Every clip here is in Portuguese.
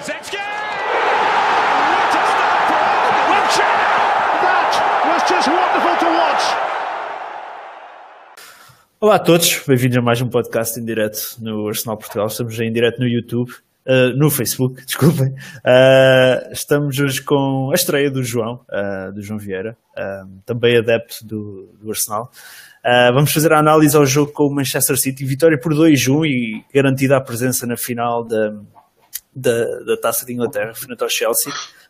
Kulusevski! What a start for Arsenal! That was just wonderful to watch! Olá a todos, bem-vindos a mais um podcast em direto no Arsenal Portugal. Estamos em direto no YouTube, no Facebook, desculpem. Estamos hoje com a estreia do João Vieira, também adepto do Arsenal. Vamos fazer a análise ao jogo com o Manchester City, vitória por 2-1 e garantida a presença na final da Taça de Inglaterra, frente ao Chelsea.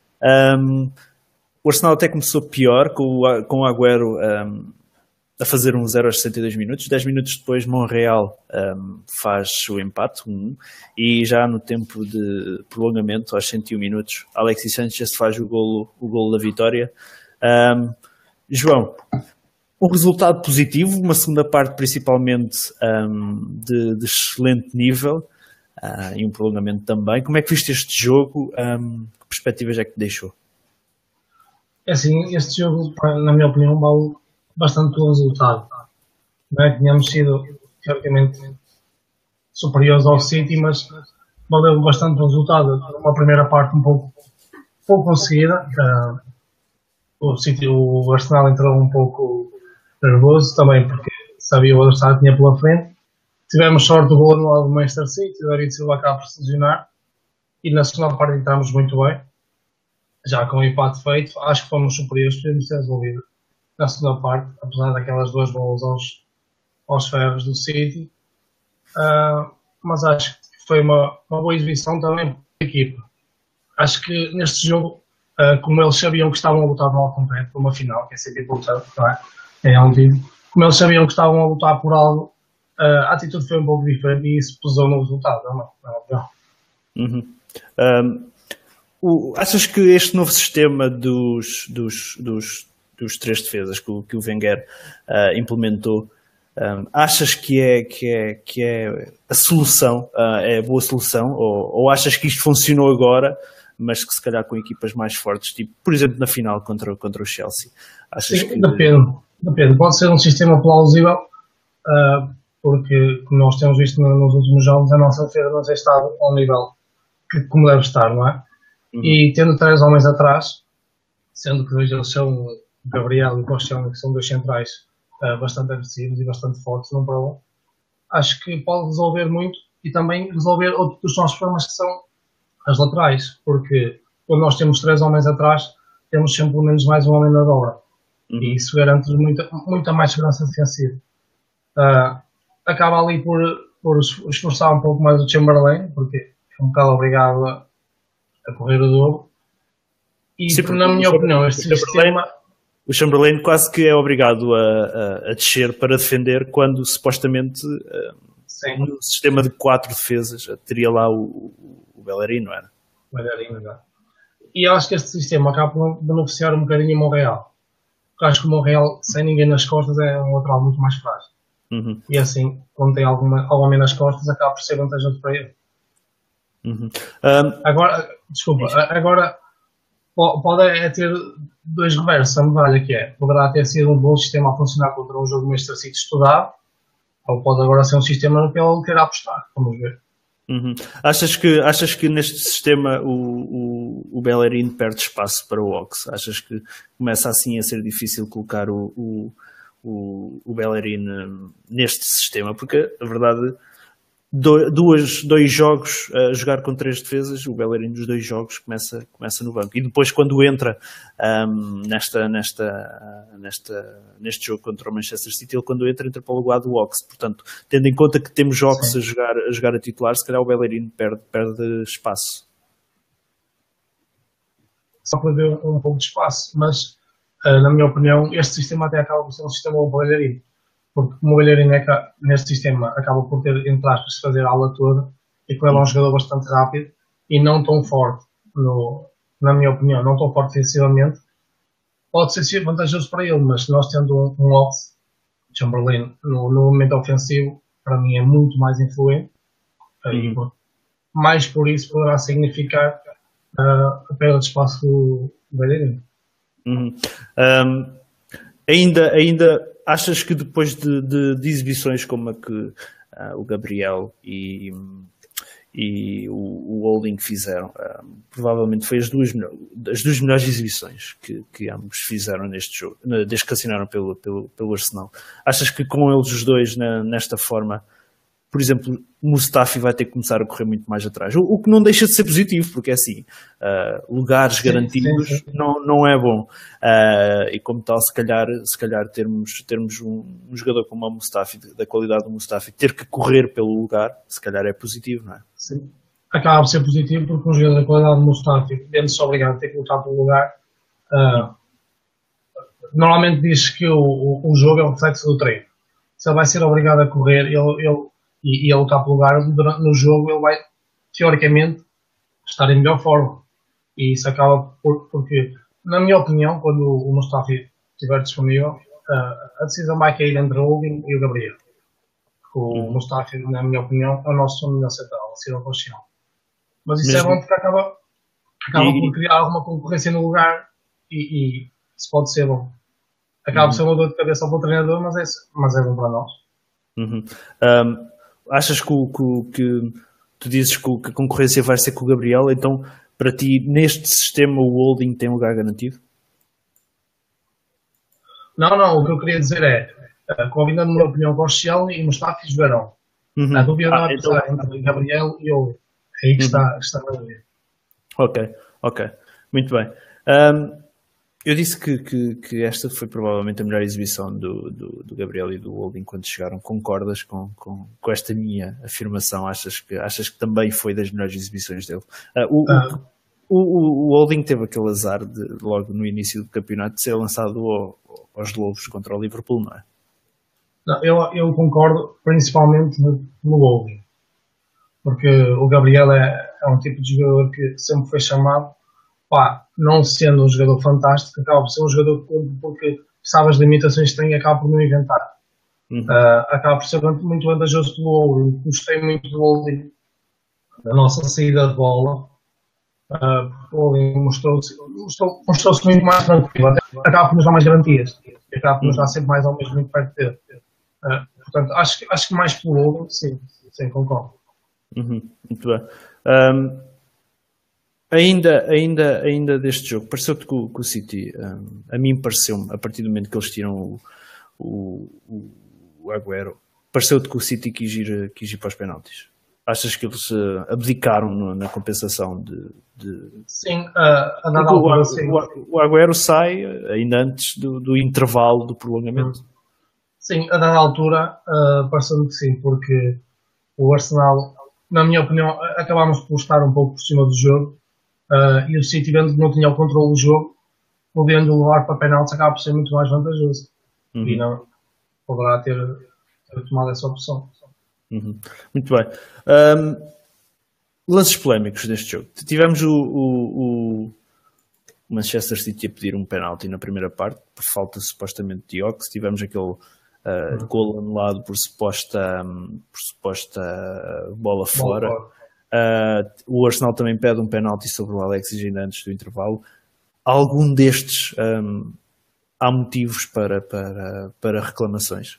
O Arsenal até começou pior, com o Agüero a fazer um 0 aos 62 minutos. 10 minutos depois, Monreal faz o empate, 1-1, e já no tempo de prolongamento, aos 101 minutos, Alexis Sanchez faz o golo da vitória. João, um resultado positivo, uma segunda parte principalmente de excelente nível, e um prolongamento também. Como é que viste este jogo? Que perspectivas é que te deixou? É assim, este jogo, na minha opinião, vale bastante pelo resultado. Não é? Tínhamos sido, teoricamente, superiores ao City, mas valeu bastante o resultado. Uma primeira parte um pouco conseguida. O Arsenal entrou um pouco nervoso também, porque sabia o adversário que tinha pela frente. Tivemos sorte do gol no do Manchester City, o David Silva acaba por se lesionar, e na segunda parte entramos muito bem, já com o empate feito. Acho que fomos superiores, podemos ter resolvido na segunda parte, apesar daquelas duas bolas aos ferros do City. Mas acho que foi uma boa exibição também da equipa. Acho que neste jogo, como eles sabiam que estavam a lutar no ao completo por uma final, que é sempre importante, não é? É um título. Como eles sabiam que estavam a lutar por algo, a atitude foi um pouco diferente e isso pesou no resultado, não. Achas que este novo sistema dos três defesas que o Wenger implementou, achas que é a solução, é a boa solução, ou achas que isto funcionou agora, mas que se calhar com equipas mais fortes, tipo, por exemplo, na final contra o Chelsea? Achas Sim, que... Depende. Pode ser um sistema plausível, porque, como nós temos visto nos últimos jogos, a nossa defesa não tem estado ao nível como deve estar, não é? E tendo 3 homens atrás, sendo que dois deles são o Gabriel e o Koscielny, que são dois centrais bastante agressivos e bastante fortes, não para um, acho que pode resolver muito e também resolver outro dos nossos problemas, que são as laterais, porque quando nós temos 3 homens atrás, temos sempre pelo menos mais um homem na dobra, e isso garante muita mais segurança defensiva. Acaba ali por esforçar um pouco mais o Chamberlain, porque é um bocado obrigado a correr o dobro. E, sim, na minha opinião, este sistema... O Chamberlain quase que é obrigado a descer para defender, quando supostamente no sistema de 4 defesas teria lá o Bellerin, não era? O Bellerin, não. E eu acho que este sistema acaba por beneficiar um bocadinho o Monreal. Porque acho que o Monreal, sem ninguém nas costas, é um lateral muito mais frágil. E assim, quando tem algum homem nas costas, acaba por ser vantajoso para ele. Agora, pode ter dois reversos a medalha, que é, poderá ter sido um bom sistema a funcionar contra um jogo Manchester City estudado, ou pode agora ser um sistema no que ele queira apostar. Vamos ver. Achas que neste sistema o Bellerin perde espaço para o Ox? Achas que começa assim a ser difícil colocar o Bellerin neste sistema? Porque a verdade, dois jogos a jogar com 3 defesas, o Bellerin dos 2 jogos começa no banco, e depois quando entra neste jogo contra o Manchester City, ele quando entra para o lugar do Ox. Portanto, tendo em conta que temos Ox a jogar a titular, se calhar o Bellerin perde espaço. Só para ver um pouco de espaço, mas na minha opinião este sistema até acaba por ser um sistema bom para o Bellerin, porque como o Bellerin neste sistema acaba por ter, entre aspas, fazer a ala toda, e com ele é um jogador bastante rápido e não tão forte, na minha opinião, não tão forte defensivamente, pode ser vantajoso para ele, mas nós tendo um Ox, Chamberlain, no momento ofensivo, para mim é muito mais influente, e mais por isso poderá significar a perda de espaço do Bellerin. Ainda achas que depois de exibições como a que o Gabriel e o holding que fizeram. Provavelmente foi as duas melhores exibições que ambos fizeram neste jogo, desde que assinaram pelo Arsenal. Achas que com eles os dois nesta forma, por exemplo, Mustafi vai ter que começar a correr muito mais atrás, o que não deixa de ser positivo, porque é assim, lugares garantidos sim. Não é bom, e como tal, se calhar termos um jogador como o Mustafi, da qualidade do Mustafi, ter que correr pelo lugar, se calhar é positivo, não é? Sim. Acaba por ser positivo porque um jogador da qualidade do Mustafi, vendo-se obrigado a ter que lutar pelo lugar, normalmente diz que o jogo é o reflexo do treino. Se ele vai ser obrigado a correr, e a lutar pelo lugar, no jogo ele vai, teoricamente, estar em melhor forma. E isso acaba porque, na minha opinião, quando o Mustafi estiver disponível, a decisão vai cair entre o Holding e o Gabriel. O Mustafi, na minha opinião, é o nosso melhor central, a ser o Mas isso é bom porque acaba por criar alguma concorrência no lugar e isso pode ser bom. Acaba por ser uma dor de cabeça para o treinador, mas é bom para nós. Achas que tu dizes que a concorrência vai ser com o Gabriel, então para ti neste sistema o holding tem lugar garantido? Não, o que eu queria dizer é, combinando a minha opinião com o Ciel e Mustafi jogarão. A dúvida não é então... entre Gabriel e o é aí que está a dúvida. Ok, muito bem. Eu disse que esta foi provavelmente a melhor exibição do Gabriel e do Holding quando chegaram. Concordas com esta minha afirmação? Achas que também foi das melhores exibições dele? O Holding teve aquele azar logo no início do campeonato de ser lançado aos Lobos contra o Liverpool, não é? Não, eu concordo principalmente no Holding. Porque o Gabriel é um tipo de jogador que sempre foi chamado, não sendo um jogador fantástico, acaba por ser um jogador porque sabe as limitações que tem e acaba por não inventar. Acaba por ser muito vantajoso pelo Holding. Gostei muito do Holding, da nossa saída de bola. O Holding mostrou-se muito mais tranquilo, acaba por nos dar mais garantias e acaba por nos dar sempre mais ao mesmo muito perto dele. Portanto, acho que mais pelo Holding, sim, concordo. Muito bem. Ainda deste jogo, pareceu-te que o City, a mim pareceu-me, a partir do momento que eles tiram o Agüero, pareceu-te que o City quis ir para os penaltis? Achas que eles abdicaram na compensação de... Sim, a dada altura, sim. O Agüero sai ainda antes do intervalo do prolongamento. Sim, a dada altura pareceu-me que sim, porque o Arsenal, na minha opinião, acabámos por estar um pouco por cima do jogo. E o City, vendo que não tinha o controle do jogo, podendo levar para penaltis, acaba por ser muito mais vantajoso. E não poderá ter tomado essa opção. Muito bem. Lances polémicos deste jogo. Tivemos o Manchester City a pedir um penalti na primeira parte, por falta supostamente de Ox. Tivemos aquele gol anulado por suposta bola fora. O Arsenal também pede um penalti sobre o Alexis ainda antes do intervalo. Algum destes há motivos para reclamações?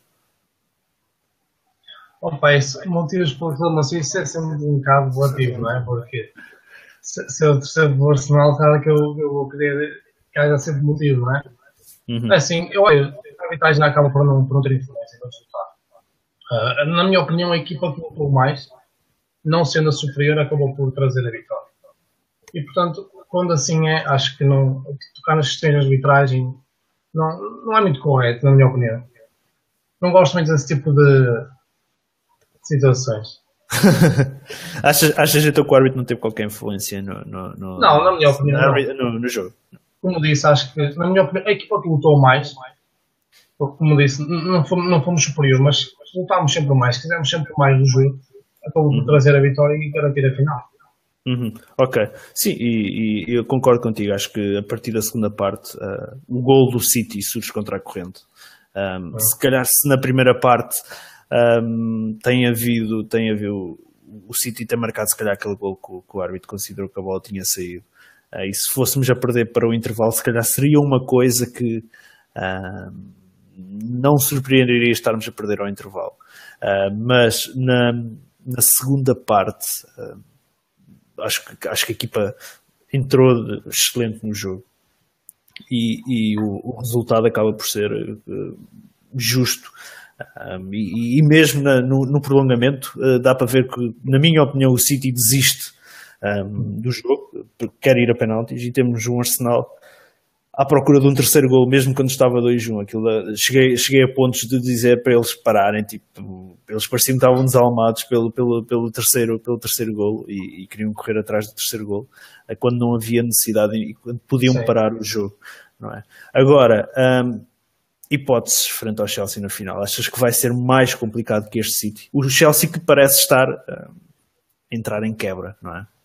Motivos para reclamações, isso é sempre um bocado relativo, não é? Porque se eu torcer do Arsenal, claro que eu vou querer que haja sempre motivo, não é? Assim, a arbitragem acaba por não ter influência no resultado. Na minha opinião, a equipa que lutou mais, não sendo a superior, acabou por trazer a vitória. E, portanto, quando assim é, acho que tocar nas questões de arbitragem não é muito correto, na minha opinião. Não gosto muito desse tipo de situações. Achas então que o árbitro não teve qualquer influência no na minha opinião, no jogo? Como disse, acho que, na minha opinião, a equipa que lutou mais, como disse, não fomos superior, mas lutámos sempre mais, fizemos sempre mais do jogo, acabou por trazer a vitória e garantir a final. Ok, sim, e eu concordo contigo. Acho que a partir da segunda parte o gol do City surge contra a corrente. Se calhar se na primeira parte tem havido o City ter marcado se calhar aquele gol que o árbitro considerou que a bola tinha saído, e se fôssemos a perder para o intervalo, se calhar seria uma coisa que não surpreenderia estarmos a perder ao intervalo, mas na segunda parte, acho que a equipa entrou excelente no jogo e o resultado acaba por ser justo. E mesmo no prolongamento dá para ver que, na minha opinião, o City desiste do jogo, porque quer ir a penaltis, e temos um Arsenal à procura de um terceiro gol, mesmo quando estava 2-1. Cheguei a pontos de dizer para eles pararem, tipo, eles pareciam que estavam desalmados pelo terceiro gol e queriam correr atrás do terceiro gol, quando não havia necessidade e quando podiam parar o jogo, não é? Agora, hipóteses frente ao Chelsea na final, achas que vai ser mais complicado que este City? O Chelsea que parece estar a entrar em quebra, não é?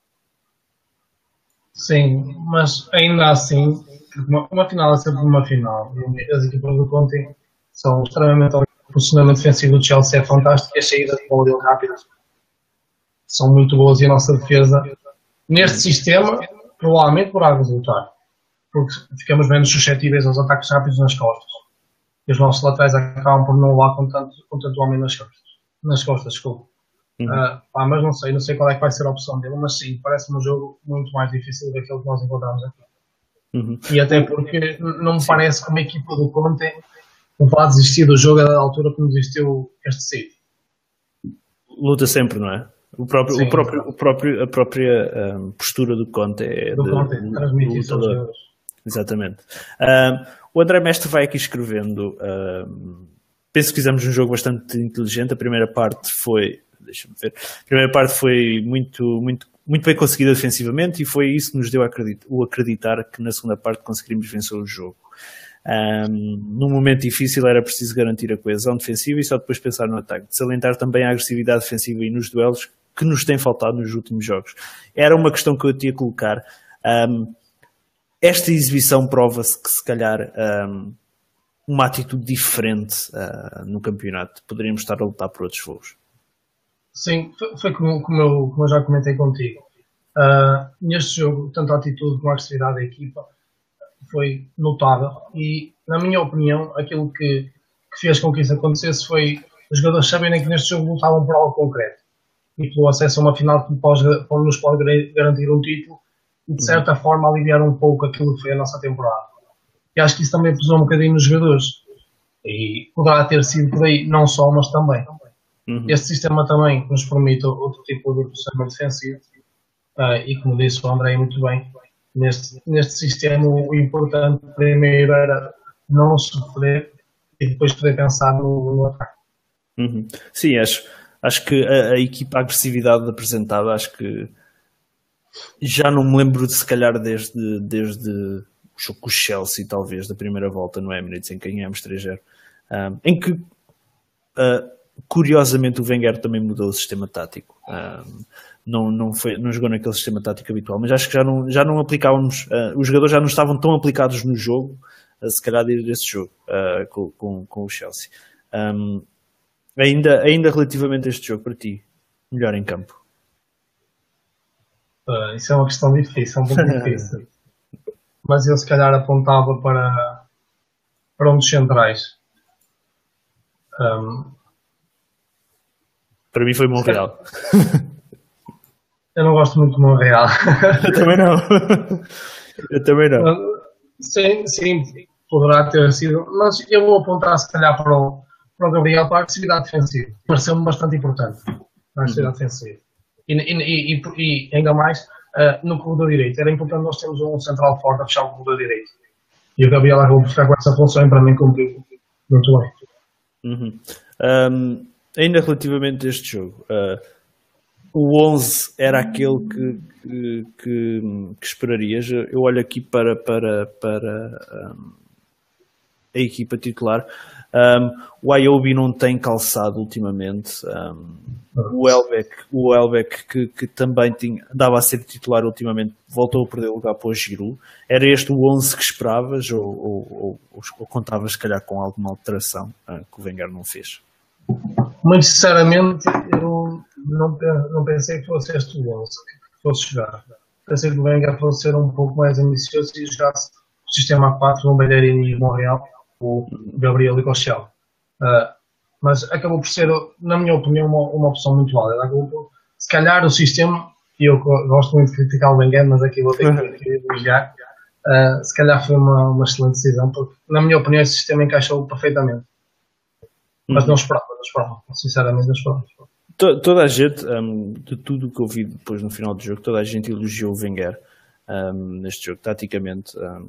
Sim, mas ainda assim, uma final é sempre uma final. As equipas do Conte são extremamente. O posicionamento defensivo do Chelsea é fantástico e as saídas de bola dele rápidas são muito boas, e a nossa defesa, neste sistema, provavelmente poderá resultar, porque ficamos menos suscetíveis aos ataques rápidos nas costas. E os nossos laterais acabam por não levar com tanto homem nas costas, desculpa. Mas não sei qual é que vai ser a opção dele, mas sim, parece-me um jogo muito mais difícil do que aquele que nós encontramos aqui. E até porque não me parece que uma equipa do Conte vá desistir do jogo da altura como desistiu este City. Luta sempre, não é? A própria postura do Conte é transmitir isso aos jogadores. Exatamente. O André Mestre vai aqui escrevendo. Penso que fizemos um jogo bastante inteligente. A primeira parte foi. Deixa-me ver. A primeira parte foi muito bem conseguida defensivamente, e foi isso que nos deu a acreditar que na segunda parte conseguiríamos vencer o jogo. Num momento difícil era preciso garantir a coesão defensiva e só depois pensar no ataque. De salientar também a agressividade defensiva e nos duelos que nos tem faltado nos últimos jogos. Era uma questão que eu tinha a colocar. Esta exibição prova-se que, se calhar, uma atitude diferente no campeonato poderíamos estar a lutar por outros voos. Sim, foi como eu já comentei contigo. Neste jogo, tanto a atitude como a agressividade da equipa foi notável, e, na minha opinião, aquilo que fez com que isso acontecesse foi os jogadores saberem que neste jogo lutavam por algo concreto e pelo acesso a uma final que nos pode garantir um título e, de certa forma, aliviar um pouco aquilo que foi a nossa temporada. E acho que isso também pesou um bocadinho nos jogadores, e poderá ter sido por aí, não só, mas também. Este sistema também nos permite outro tipo de posicionamento defensivo, e, como disse o André muito bem, neste sistema o importante primeiro era não sofrer e depois poder pensar no ataque. Sim, acho que a equipa, a agressividade apresentada, acho que já não me lembro de, se calhar, desde o jogo com o Chelsea, talvez, da primeira volta no Emirates, em que ganhámos 3-0, em que curiosamente o Wenger também mudou o sistema tático. Não jogou naquele sistema tático habitual, mas acho que já não aplicávamos, os jogadores já não estavam tão aplicados no jogo, se calhar, desde esse jogo com o Chelsea. Ainda relativamente a este jogo, para ti, melhor em campo? Isso é uma questão difícil, um pouco difícil. Mas eu, se calhar, apontava para um dos centrais. Para mim foi Monreal. Eu não gosto muito de Monreal. Eu também não. Sim, poderá ter sido. Mas eu vou apontar, se calhar, para o Gabriel, para a agressividade defensiva. Pareceu-me bastante importante, a agressividade defensiva. E ainda mais no corredor direito. Era importante nós termos um central forte a fechar o corredor direito. E o Gabriel acabou por ficar com essa função, e para mim cumpriu muito bem. Ainda relativamente a este jogo, o 11 era aquele que esperarias. Eu olho aqui para a equipa titular. O Ayobi não tem calçado ultimamente. O Welbeck que também dava a ser titular ultimamente, voltou a perder o lugar para o Giroud. Era este o 11 que esperavas, ou contavas, se calhar, com alguma alteração que o Wenger não fez? Muito sinceramente, eu não pensei que fosse este o 11 que fosse jogar. Pensei que o Wenger fosse ser um pouco mais ambicioso e jogasse o sistema 4 no Bellerini e Monreal, o Gabriel e Cochel. mas acabou por ser, na minha opinião, uma opção muito válida. Acabou por, se calhar o sistema, e eu gosto muito de criticar o Wenger, mas aqui vou ter que elogiar, se calhar foi uma excelente decisão, porque na minha opinião esse sistema encaixou perfeitamente. Mas não esperava, sinceramente não esperava. Toda a gente, de tudo o que eu vi depois no final do jogo, toda a gente elogiou o Wenger neste jogo. Taticamente,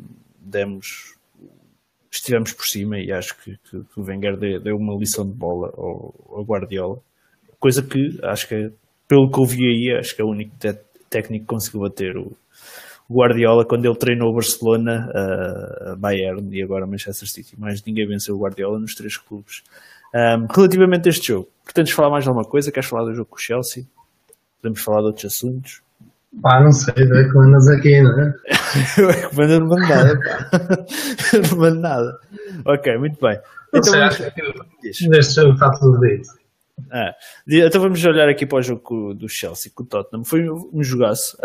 estivemos por cima e acho que o Wenger deu uma lição de bola ao Guardiola. Coisa que, acho que, pelo que eu vi aí, acho que é o único técnico que conseguiu bater o Guardiola quando ele treinou o Barcelona, a Bayern e agora Manchester City. Mas ninguém venceu o Guardiola nos 3 clubes. Relativamente a este jogo, pretendes falar mais de alguma coisa? Queres falar do jogo com o Chelsea? Podemos falar de outros assuntos? Pá, não sei, é que andas aqui, não é? Eu não mando nada, pá. Eu não mando nada. Ok, muito bem. Não sei, acho que neste jogo está tudo dito. Então vamos olhar aqui para o jogo do Chelsea, com o Tottenham. Foi um jogaço.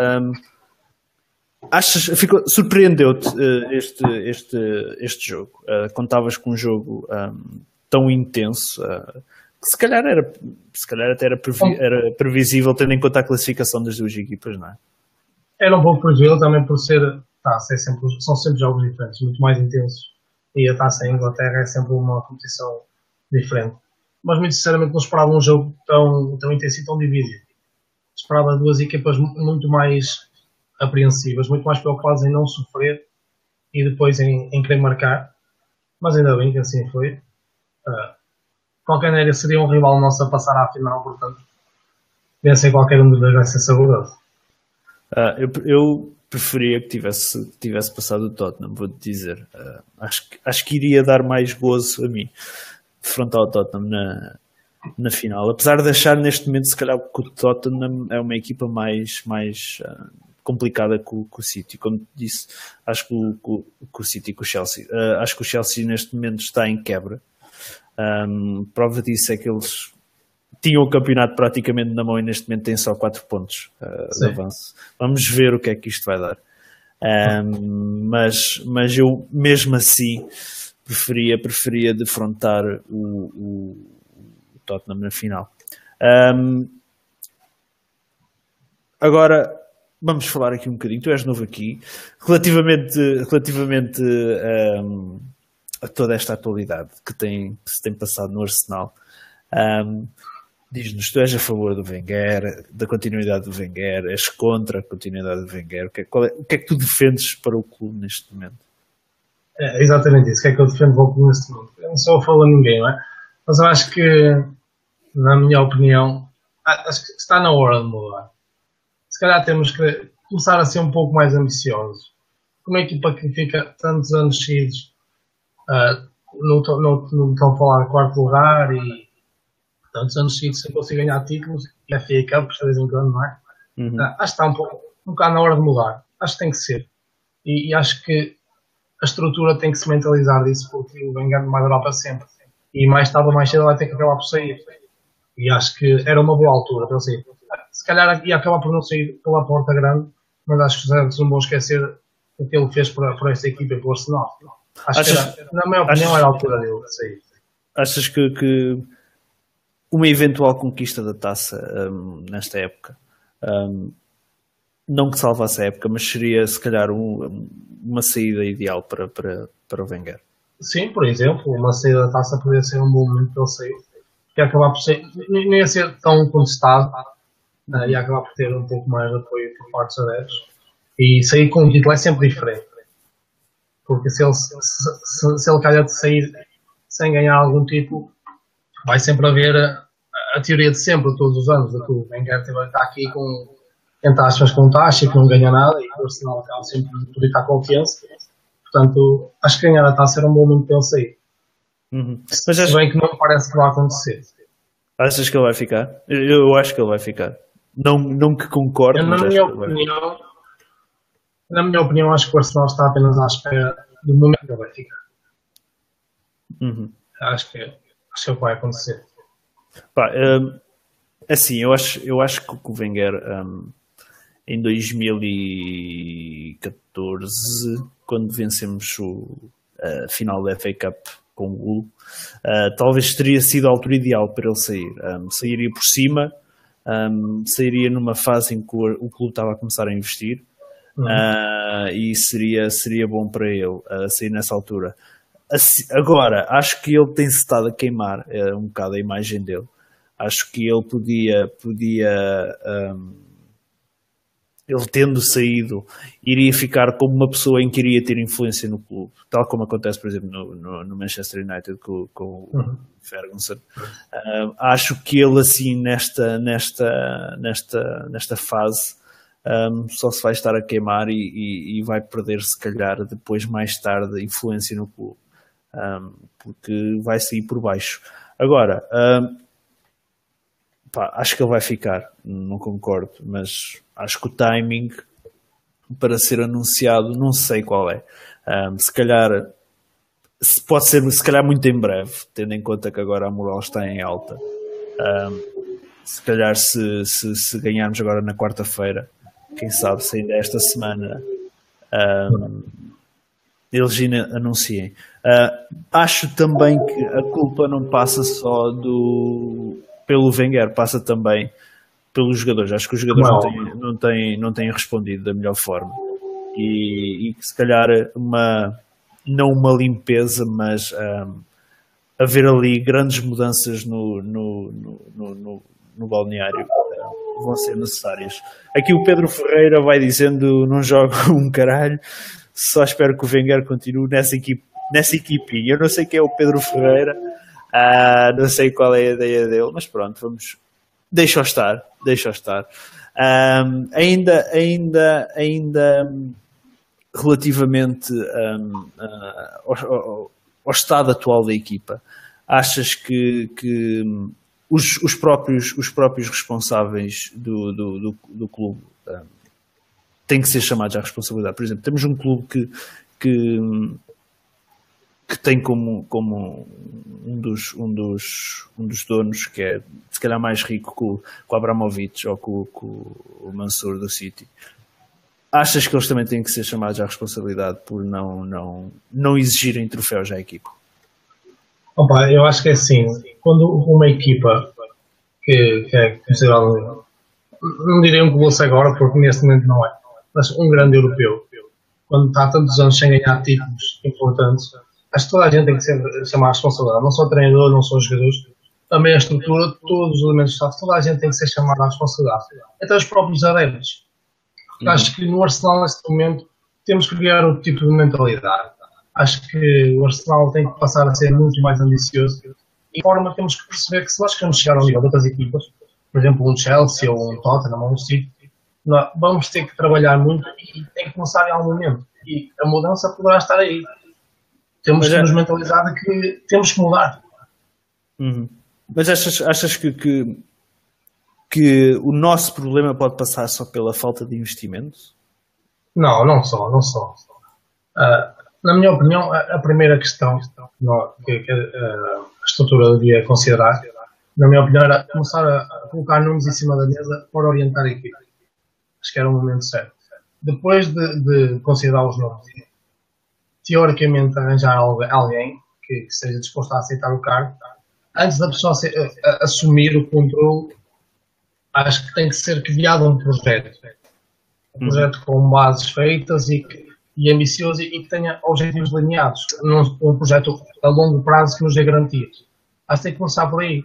Surpreendeu-te este jogo? Contavas com um jogo tão intenso que se calhar até era previsível, tendo em conta a classificação das duas equipas, não é? Era um pouco previsível também por são sempre jogos diferentes, muito mais intensos, e a Taça em Inglaterra é sempre uma competição diferente. Mas muito sinceramente não esperava um jogo tão intenso e tão dividido. Esperava duas equipas muito mais apreensivas, muito mais preocupadas em não sofrer e depois em querer marcar, mas ainda bem que assim foi. Qualquer maneira seria um rival nosso a passar à final, portanto vencer qualquer um dos dois vai ser saboroso. Eu preferia que tivesse passado o Tottenham, vou-te dizer. Acho que iria dar mais gozo a mim defrontar o Tottenham na final, apesar de achar neste momento se calhar que o Tottenham é uma equipa mais complicada que o City. Como disse, acho que o City e com o Chelsea, acho que o Chelsea neste momento está em quebra. Prova disso é que eles tinham o campeonato praticamente na mão e neste momento têm só 4 pontos de avanço. Vamos ver o que é que isto vai dar. Mas eu mesmo assim preferia defrontar o Tottenham na final. Agora vamos falar aqui um bocadinho. Tu és novo aqui. Relativamente a toda esta atualidade que se tem passado no Arsenal, diz-nos, tu és a favor do Wenger, da continuidade do Wenger, és contra a continuidade do Wenger, o que é que tu defendes para o clube neste momento? É exatamente isso, o que é que eu defendo para o clube neste momento? Eu não sou a favor de ninguém, não é? Mas eu acho que, na minha opinião, acho que está na hora de mudar. Se calhar temos que começar a ser um pouco mais ambiciosos. Como uma equipa que fica tantos anos seguidos não estão a falar quarto lugar e tantos anos seguidos sem conseguir ganhar títulos e a FA Cup de vez em quando, não é? Acho que está um bocado na hora de mudar. Acho que tem que ser. E acho que a estrutura tem que se mentalizar disso, porque o Wenger não vai durar para sempre. E mais tarde ou mais cedo vai ter que acabar por sair. E acho que era uma boa altura para ele sair. Se calhar ia acabar por não sair pela porta grande, mas acho que não vou esquecer o que ele fez por esta equipa e pelo Arsenal. Acho que, na minha opinião, era a altura dele sair. Achas que uma eventual conquista da taça nesta época, não que salvasse a época, mas seria se calhar uma saída ideal para o Wenger? Sim, por exemplo, uma saída da taça poderia ser um bom momento para ele sair, que ia acabar por ser, não ia ser tão contestado, ia acabar por ter um pouco mais de apoio por parte dos adeptos, e sair com o título é sempre diferente, porque se ele calhar de sair sem ganhar algum título, vai sempre haver a teoria de sempre, todos os anos, de que o Wenger está aqui entre aspas com taxa, que não ganha nada, e o Arsenal acaba sempre por estar confiança. Portanto, acho que ganhar a taça era um bom momento para ele sair. Mas se bem que não parece que vai acontecer. Achas que ele vai ficar? Eu acho que ele vai ficar. Não que concorde, mas acho que ele vai ficar. Na minha opinião, acho que o Arsenal está apenas à espera do momento que ele vai ficar. Acho que é o que vai acontecer. Assim, eu acho que o Wenger em 2014, quando vencemos a final da FA Cup com o Hull, talvez teria sido a altura ideal para ele sair. Sairia por cima, sairia numa fase em que o clube estava a começar a investir, e seria bom para ele sair nessa altura. Agora, acho que ele tem-se estado a queimar um bocado a imagem dele. Acho que ele podia ele tendo saído, iria ficar como uma pessoa em que iria ter influência no clube, tal como acontece, por exemplo, no Manchester United com o Ferguson. Acho que ele, assim, nesta fase, só se vai estar a queimar e vai perder, se calhar, depois, mais tarde, a influência no clube, porque vai sair por baixo. Agora, acho que ele vai ficar, não concordo, mas acho que o timing para ser anunciado não sei qual é. Se calhar pode ser, se calhar muito em breve, tendo em conta que agora a moral está em alta. Se calhar se ganharmos agora na quarta-feira, quem sabe se ainda esta semana eles ainda anunciem. Acho também que a culpa não passa só pelo Wenger, passa também pelos jogadores. Acho que os jogadores não têm respondido da melhor forma, e se calhar não uma limpeza, mas haver ali grandes mudanças no balneário vão ser necessárias. Aqui o Pedro Ferreira vai dizendo: não joga um caralho, só espero que o Wenger continue nessa equipinha. Eu não sei quem é o Pedro Ferreira, não sei qual é a ideia dele, mas pronto, deixa-o estar. Ainda relativamente ao estado atual da equipa, achas que os próprios responsáveis do clube têm que ser chamados à responsabilidade? Por exemplo, temos um clube que tem como um dos donos, que é se calhar mais rico que o Abramovich ou com o Mansur do City. Achas que eles também têm que ser chamados à responsabilidade por não exigirem troféus à equipa? Eu acho que é assim, quando uma equipa que é considerada, não direi um colosso agora, porque neste momento não é, mas um grande europeu, quando está há tantos anos sem ganhar títulos importantes, acho que toda a gente tem que ser chamada à responsabilidade, não só o treinador, não só os jogadores, também a estrutura, todos os elementos do staff, toda a gente tem que ser chamada à responsabilidade, até os próprios adeptos. Porque acho que no Arsenal, neste momento, temos que criar outro tipo de mentalidade. Acho que o Arsenal tem que passar a ser muito mais ambicioso, e de forma temos que perceber que se nós queremos chegar ao nível de outras equipas, por exemplo um Chelsea ou um Tottenham ou um City, vamos ter que trabalhar muito e tem que começar em algum momento, e a mudança poderá estar aí. Temos que nos mentalizar de que temos que mudar. Mas achas que o nosso problema pode passar só pela falta de investimento? Não só. Na minha opinião, a primeira questão que a estrutura devia considerar, na minha opinião, era começar a colocar nomes em cima da mesa para orientar a equipe. Acho que era o momento certo. Depois de considerar os nomes, teoricamente arranjar alguém que esteja disposto a aceitar o cargo, antes da pessoa assumir o controle, acho que tem que ser criado um projeto. Um projeto com bases feitas e ambicioso, e que tenha objetivos delineados. Um projeto a longo prazo que nos dê garantias. Acho que tem que começar por aí.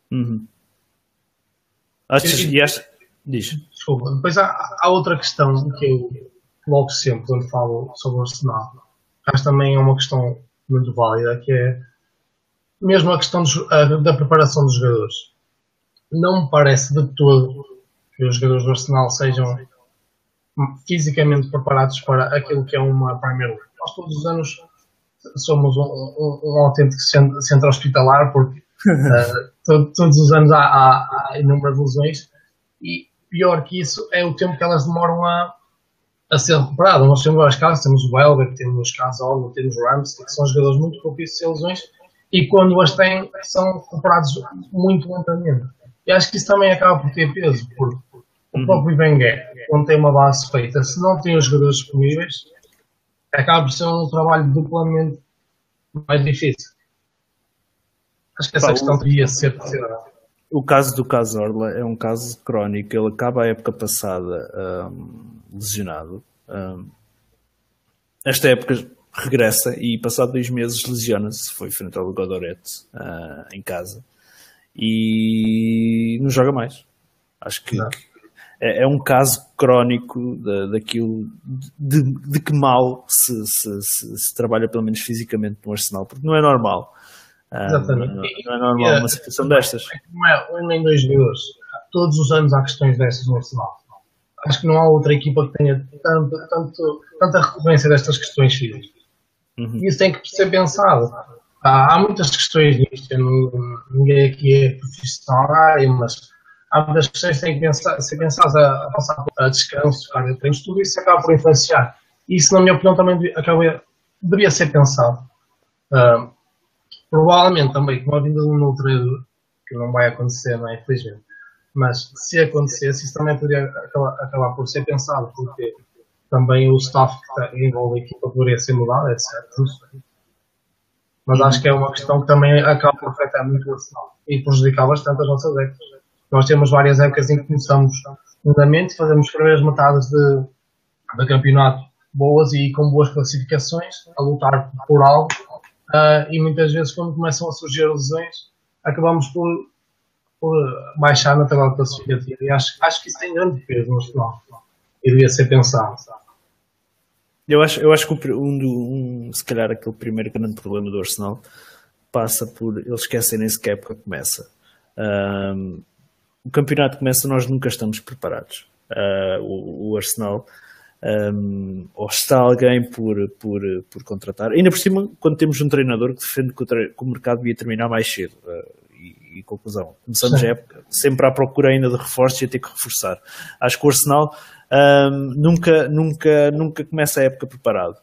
Diz. Desculpa. Depois há outra questão que eu coloco sempre quando falo sobre o Arsenal. Acho também é uma questão muito válida, que é mesmo a questão da preparação dos jogadores. Não me parece de todo que os jogadores do Arsenal sejam fisicamente preparados para aquilo que é uma Premier League. Nós todos os anos somos um autêntico centro hospitalar, porque todos os anos há inúmeras lesões, e pior que isso é o tempo que elas demoram a ser recuperadas. Nós temos vários casos, temos o Welbeck, temos o Cazorla, temos o Ramsey, que são jogadores muito propícios a lesões, e quando as têm são recuperados muito lentamente. E acho que isso também acaba por ter peso, porque o próprio Wenger, quando tem uma base feita, se não tem os jogadores disponíveis, acaba por ser um trabalho duplamente mais difícil. Acho que essa questão devia ser considerada. O caso do Cazorla é um caso crónico. Ele acaba a época passada lesionado. Esta época regressa e passado 2 meses lesiona-se. Foi frente ao Godoret em casa. E não joga mais. Acho que é um caso crónico daquilo de que mal se trabalha pelo menos fisicamente no Arsenal, porque não é normal. Exatamente. Não é normal uma situação destas. Não é nem 2 jogadores. Todos os anos há questões destas no Arsenal. Acho que não há outra equipa que tenha tanta recorrência destas questões físicas. E isso tem que ser pensado. Há muitas questões nisto. Ninguém aqui é profissional, mas há muitas questões que têm que ser pensadas a passar a descanso, a treinos, tudo isso acaba por influenciar. E isso, na minha opinião, também deveria ser pensado. Provavelmente também com a vinda de um novo treinador, que não vai acontecer, não é? Infelizmente. Mas se acontecesse, isso também poderia acabar por ser pensado, porque também o staff que envolve a equipa poderia ser mudado, etc. Mas acho que é uma questão que também acaba por afetar muito o Arsenal e prejudicar bastante as nossas épocas. Nós temos várias épocas em que começamos lentamente, fazemos as primeiras metadas de campeonato boas e com boas classificações, a lutar por algo. E muitas vezes, quando começam a surgir lesões, acabamos por baixar na tabela classificativa. E acho que isso tem grande peso no Arsenal e devia ser pensado. Eu acho que se calhar aquele primeiro grande problema do Arsenal passa por eles esquecerem-se que a época começa. O campeonato começa, nós nunca estamos preparados. O Arsenal ou está alguém por contratar. Ainda por cima, quando temos um treinador que defende que o mercado devia terminar mais cedo. E conclusão, começamos a época sempre à procura ainda de reforços e a ter que reforçar. Acho que o Arsenal nunca começa a época preparado.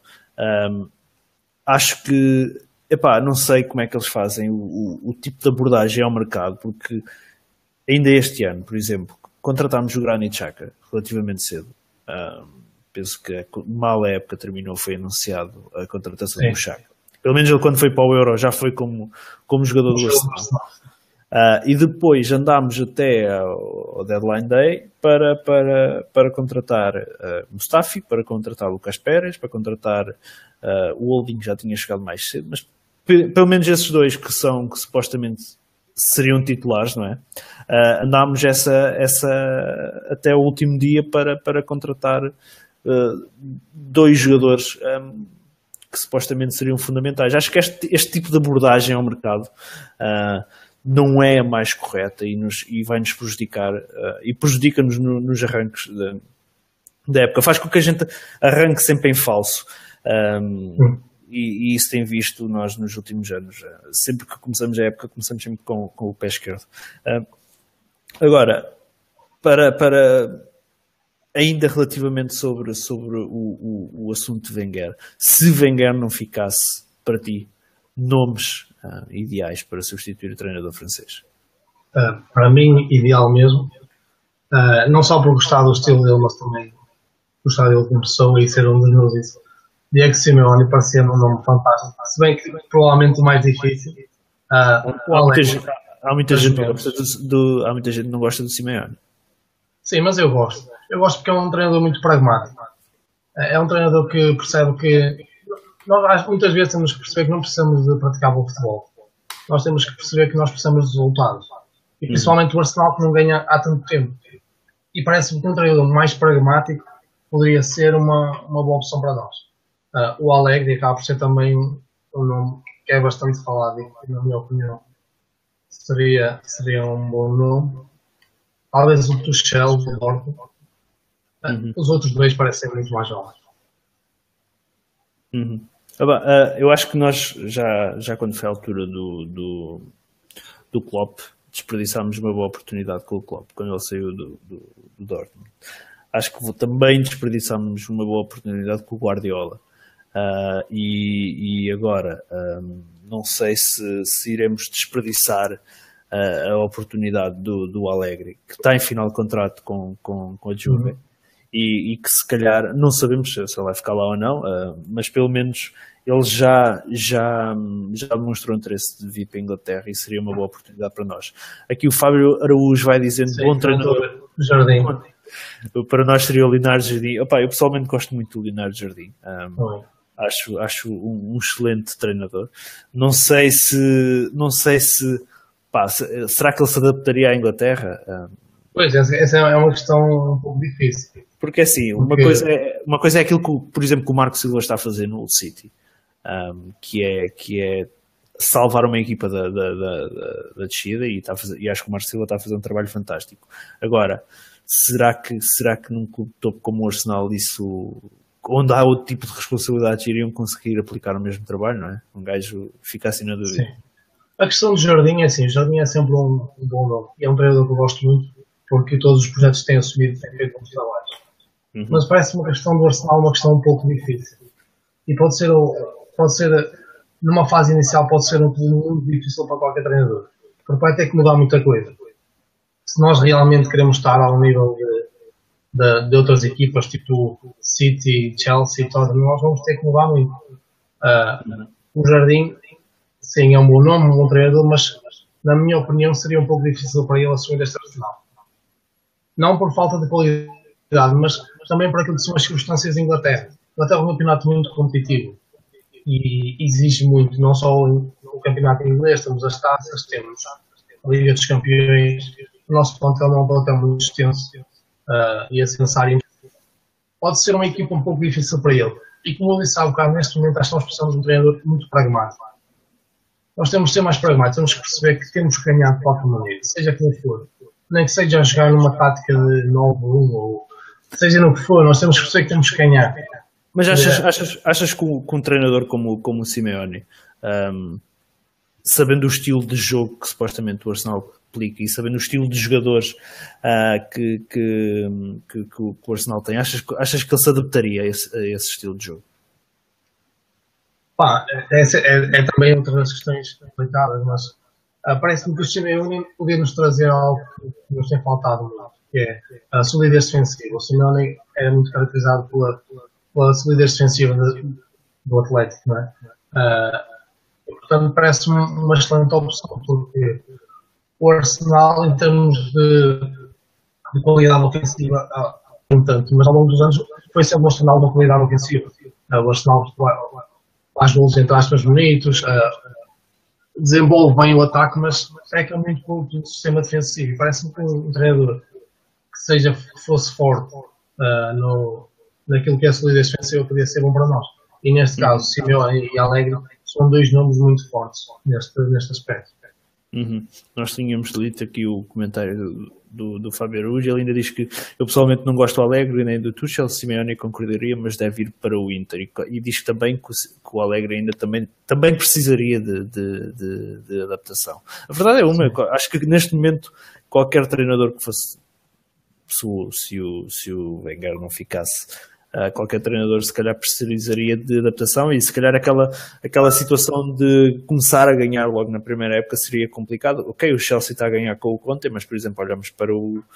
Acho que, não sei como é que eles fazem o tipo de abordagem ao mercado, porque ainda este ano, por exemplo, contratámos o Granit Xhaka relativamente cedo. Penso que mal a época terminou, foi anunciado a contratação do Xhaka. Pelo menos ele, quando foi para o Euro, já foi como jogador do Arsenal. E depois andámos até ao Deadline Day para contratar Mustafi, para contratar Lucas Pérez, para contratar o Holding, já tinha chegado mais cedo, mas pelo menos esses dois que supostamente seriam titulares, não é? Andámos até o último dia para contratar 2 jogadores que supostamente seriam fundamentais. Acho que este tipo de abordagem ao mercado não é a mais correta e vai-nos prejudicar e prejudica-nos nos arranques da época. Faz com que a gente arranque sempre em falso. E isso tem visto nós nos últimos anos. Sempre que começamos a época, começamos sempre com o pé esquerdo. Agora, para ainda relativamente sobre o assunto de Wenger, se Wenger não ficasse para ti, nomes ideais para substituir o treinador francês? Para mim, ideal mesmo. Não só por gostar do estilo dele, mas também gostar dele como pessoa e ser um dos meus ídolos. Diego Simeone parecia-me um nome fantástico. Se bem que provavelmente o mais difícil. Há muita gente que não gosta do Simeone. Sim, mas eu gosto. Eu gosto porque é um treinador muito pragmático. É um treinador que percebe que nós muitas vezes temos que perceber que não precisamos de praticar bom futebol. Nós temos que perceber que nós precisamos de resultados. E principalmente o Arsenal, que não ganha há tanto tempo. E parece-me que um treinador mais pragmático poderia ser uma boa opção para nós. O Allegri acaba por ser também um nome que é bastante falado e, na minha opinião, seria um bom nome. Talvez o Tuchel do Dortmund. Os outros dois parecem muito mais jovens. Eu acho que nós já quando foi a altura do Klopp, desperdiçámos uma boa oportunidade com o Klopp quando ele saiu do Dortmund. Acho que também desperdiçámos uma boa oportunidade com o Guardiola. E agora não sei se iremos desperdiçar a oportunidade do Allegri, que está em final de contrato com a Juve, e que se calhar, não sabemos se ele vai ficar lá ou não, mas pelo menos ele já demonstrou interesse de vir para a Inglaterra e seria uma boa oportunidade para nós. Aqui o Fábio Araújo vai dizendo, Sim, bom treinador. Jardim. Para nós seria o Linardo Jardim. Opa, eu pessoalmente gosto muito do Linardo Jardim. Acho um excelente treinador. Não sei se será que ele se adaptaria à Inglaterra? Pois, essa é uma questão um pouco difícil. Porque assim, uma coisa é aquilo que, por exemplo, que o Marco Silva está a fazer no Hull City, que é salvar uma equipa da descida, e acho que o Marco Silva está a fazer um trabalho fantástico. Agora, será que num clube topo como o Arsenal, onde há outro tipo de responsabilidades, iriam conseguir aplicar o mesmo trabalho, não é? Um gajo fica assim na dúvida. Sim. A questão do Jardim é assim, o Jardim é sempre um bom nome, e é um treinador que eu gosto muito, porque todos os projetos que têm assumido têm feito bons trabalhos. Mas parece uma questão do Arsenal uma questão um pouco difícil. E pode ser numa fase inicial, pode ser um clube muito difícil para qualquer treinador. Porque vai ter que mudar muita coisa. Se nós realmente queremos estar ao nível de outras equipas, tipo City, Chelsea, nós vamos ter que mudar muito. O Jardim, sim, é um bom nome, um bom treinador, mas na minha opinião seria um pouco difícil para ele assumir este Arsenal. Não por falta de qualidade, mas também por aquilo que são as circunstâncias da Inglaterra. A Inglaterra é um campeonato muito competitivo e exige muito, não só o campeonato inglês, temos as taças, temos a Liga dos Campeões. O nosso plantel é um plantel muito extenso e assim necessário. Pode ser uma equipa um pouco difícil para ele. E como eu disse há bocado, neste momento acho que nós precisamos de um treinador muito pragmático. Nós temos de ser mais pragmáticos, temos que perceber que temos que ganhar de qualquer maneira, seja como for. Nem que seja a jogar numa tática de 9-1 ou seja no que for, nós temos que perceber que temos que ganhar. Mas achas que um treinador como o Simeone, sabendo o estilo de jogo que supostamente o Arsenal aplica e sabendo o estilo de jogadores que o Arsenal tem, achas que ele se adaptaria a esse estilo de jogo? É também outra das questões complicadas, mas parece-me que o Simeone podia nos trazer algo que nos tem faltado muito, que é a solidez defensiva. O Simeone era muito caracterizado pela solidez defensiva do Atlético, não é? Portanto, parece-me uma excelente opção, porque o Arsenal, em termos de qualidade ofensiva, não tanto, mas ao longo dos anos foi sempre mostrando alguma qualidade ofensiva. O Arsenal faz golos entre aspas bonitos, desenvolve bem o ataque, mas peca muito pelo sistema defensivo. Parece-me que um treinador que fosse forte naquilo que é a solidez defensiva podia ser bom para nós. E neste caso, Simeone e Allegri são dois nomes muito fortes neste aspecto. Nós tínhamos lido aqui o comentário do Fábio Araújo. Ele ainda diz que eu pessoalmente não gosto do Allegri nem do Tuchel. Simeone concordaria, mas deve ir para o Inter, e diz também que o Allegri ainda também precisaria de adaptação. A verdade é acho que neste momento qualquer treinador que fosse, se o Wenger não ficasse, qualquer treinador se calhar precisaria de adaptação, e se calhar aquela situação de começar a ganhar logo na primeira época seria complicado. Ok, o Chelsea está a ganhar com o Conte, mas por exemplo olhamos para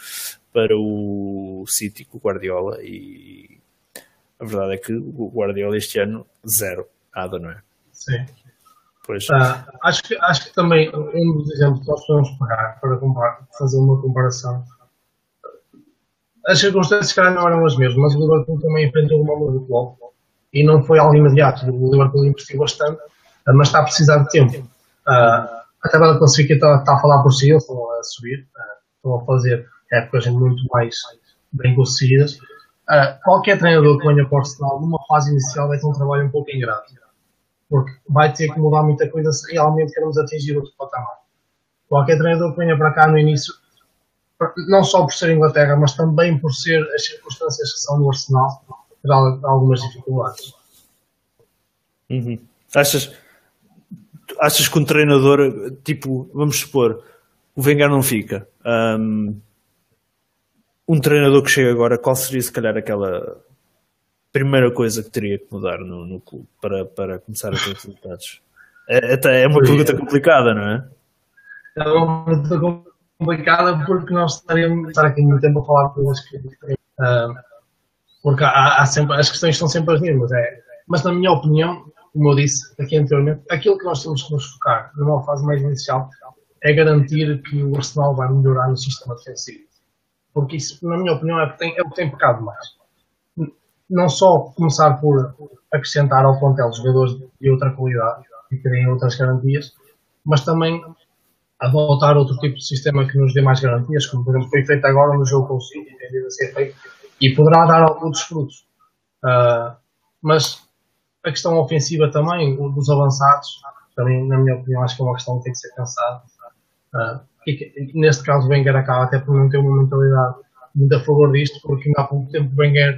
o City com o Guardiola, e a verdade é que o Guardiola este ano nada, não é? Sim. Pois. Acho que também um dos exemplos que nós podemos pegar para fazer uma comparação. As circunstâncias se calhar não eram as mesmas, mas o Liverpool também enfrentou uma muda do clube e não foi algo imediato. O Liverpool investiu bastante, mas está a precisar de tempo. A tabela classificatória está a falar por si, eles estão a subir, estão a fazer épocas muito mais bem conseguidas. Qualquer treinador que venha para o Arsenal numa fase inicial vai ter um trabalho um pouco ingrato, porque vai ter que mudar muita coisa se realmente queremos atingir outro patamar. Qualquer treinador que venha para cá no início, não só por ser Inglaterra, mas também por ser as circunstâncias que são no Arsenal, terá algumas dificuldades. Achas que um treinador, tipo, vamos supor, o Wenger não fica, um treinador que chega agora, qual seria se calhar aquela primeira coisa que teria que mudar no clube para começar a ter resultados? É uma pergunta complicada, não é? É uma pergunta complicada, porque nós estaríamos estar aqui muito tempo a falar de coisas que Porque há sempre, as questões são sempre as mesmas. Mas na minha opinião, como eu disse aqui anteriormente, aquilo que nós temos que nos focar numa fase mais inicial é garantir que o Arsenal vai melhorar no sistema defensivo. Porque isso, na minha opinião, é o que tem pecado mais. Não só começar por acrescentar ao plantel jogadores de outra qualidade e terem outras garantias, mas também adotar outro tipo de sistema que nos dê mais garantias, como por exemplo foi feito agora no jogo com o City, tem vindo a ser feito, e poderá dar alguns frutos. Mas a questão ofensiva também, dos avançados, também, na minha opinião, acho que é uma questão que tem que ser pensada. Neste caso, o Wenger acaba até por não ter uma mentalidade muito a favor disto, porque ainda há pouco tempo o Wenger,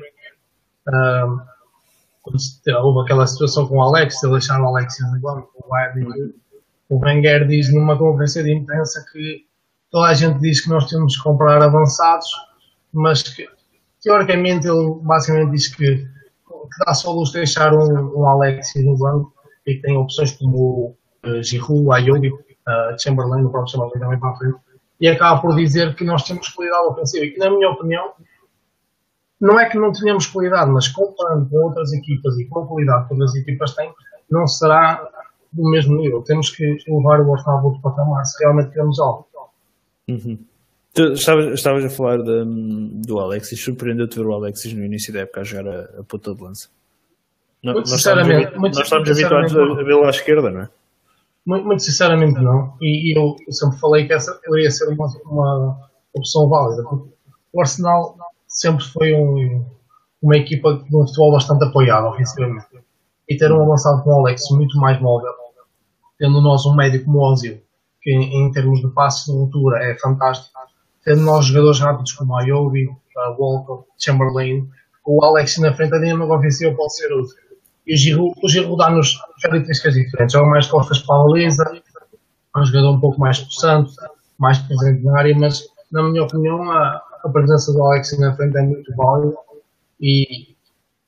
quando houve aquela situação com o Alex, ele deixar o Alex no banco, o Wenger diz numa conferência de imprensa que toda a gente diz que nós temos que comprar avançados, mas que teoricamente ele basicamente diz que dá só luz deixar um Alex no banco e que tem opções como Giroud, Ayoub, Chamberlain, no próprio Chamberlain também para a frente, e acaba por dizer que nós temos qualidade ofensiva. E na minha opinião, não é que não tenhamos qualidade, mas comparando com outras equipas e com a qualidade que outras equipas têm, não será do mesmo nível. Temos que levar o Arsenal a outro patamar se realmente queremos algo. Tu estavas a falar do Alexis. Surpreendeu-te ver o Alexis no início da época a jogar a ponta de lança? Nós estamos habituados a vê-lo à esquerda, não é? Muito sinceramente não. E eu sempre falei que essa poderia ser uma opção válida. Porque o Arsenal sempre foi uma equipa de um futebol bastante apoiado ofensivamente. E ter um avançado com o Alexis muito mais móvel, tendo nós um médio como o Ozil, que em termos de passos de altura é fantástico, tendo nós jogadores rápidos como a Ayoub, Walcott, Chamberlain, o Alex na frente, a dinâmica ofensiva pode ser útil. E o Giroud dá-nos características diferentes. Joga mais costas para a baliza, é um jogador um pouco mais possante, mais presente na área, mas na minha opinião a presença do Alex na frente é muito válida e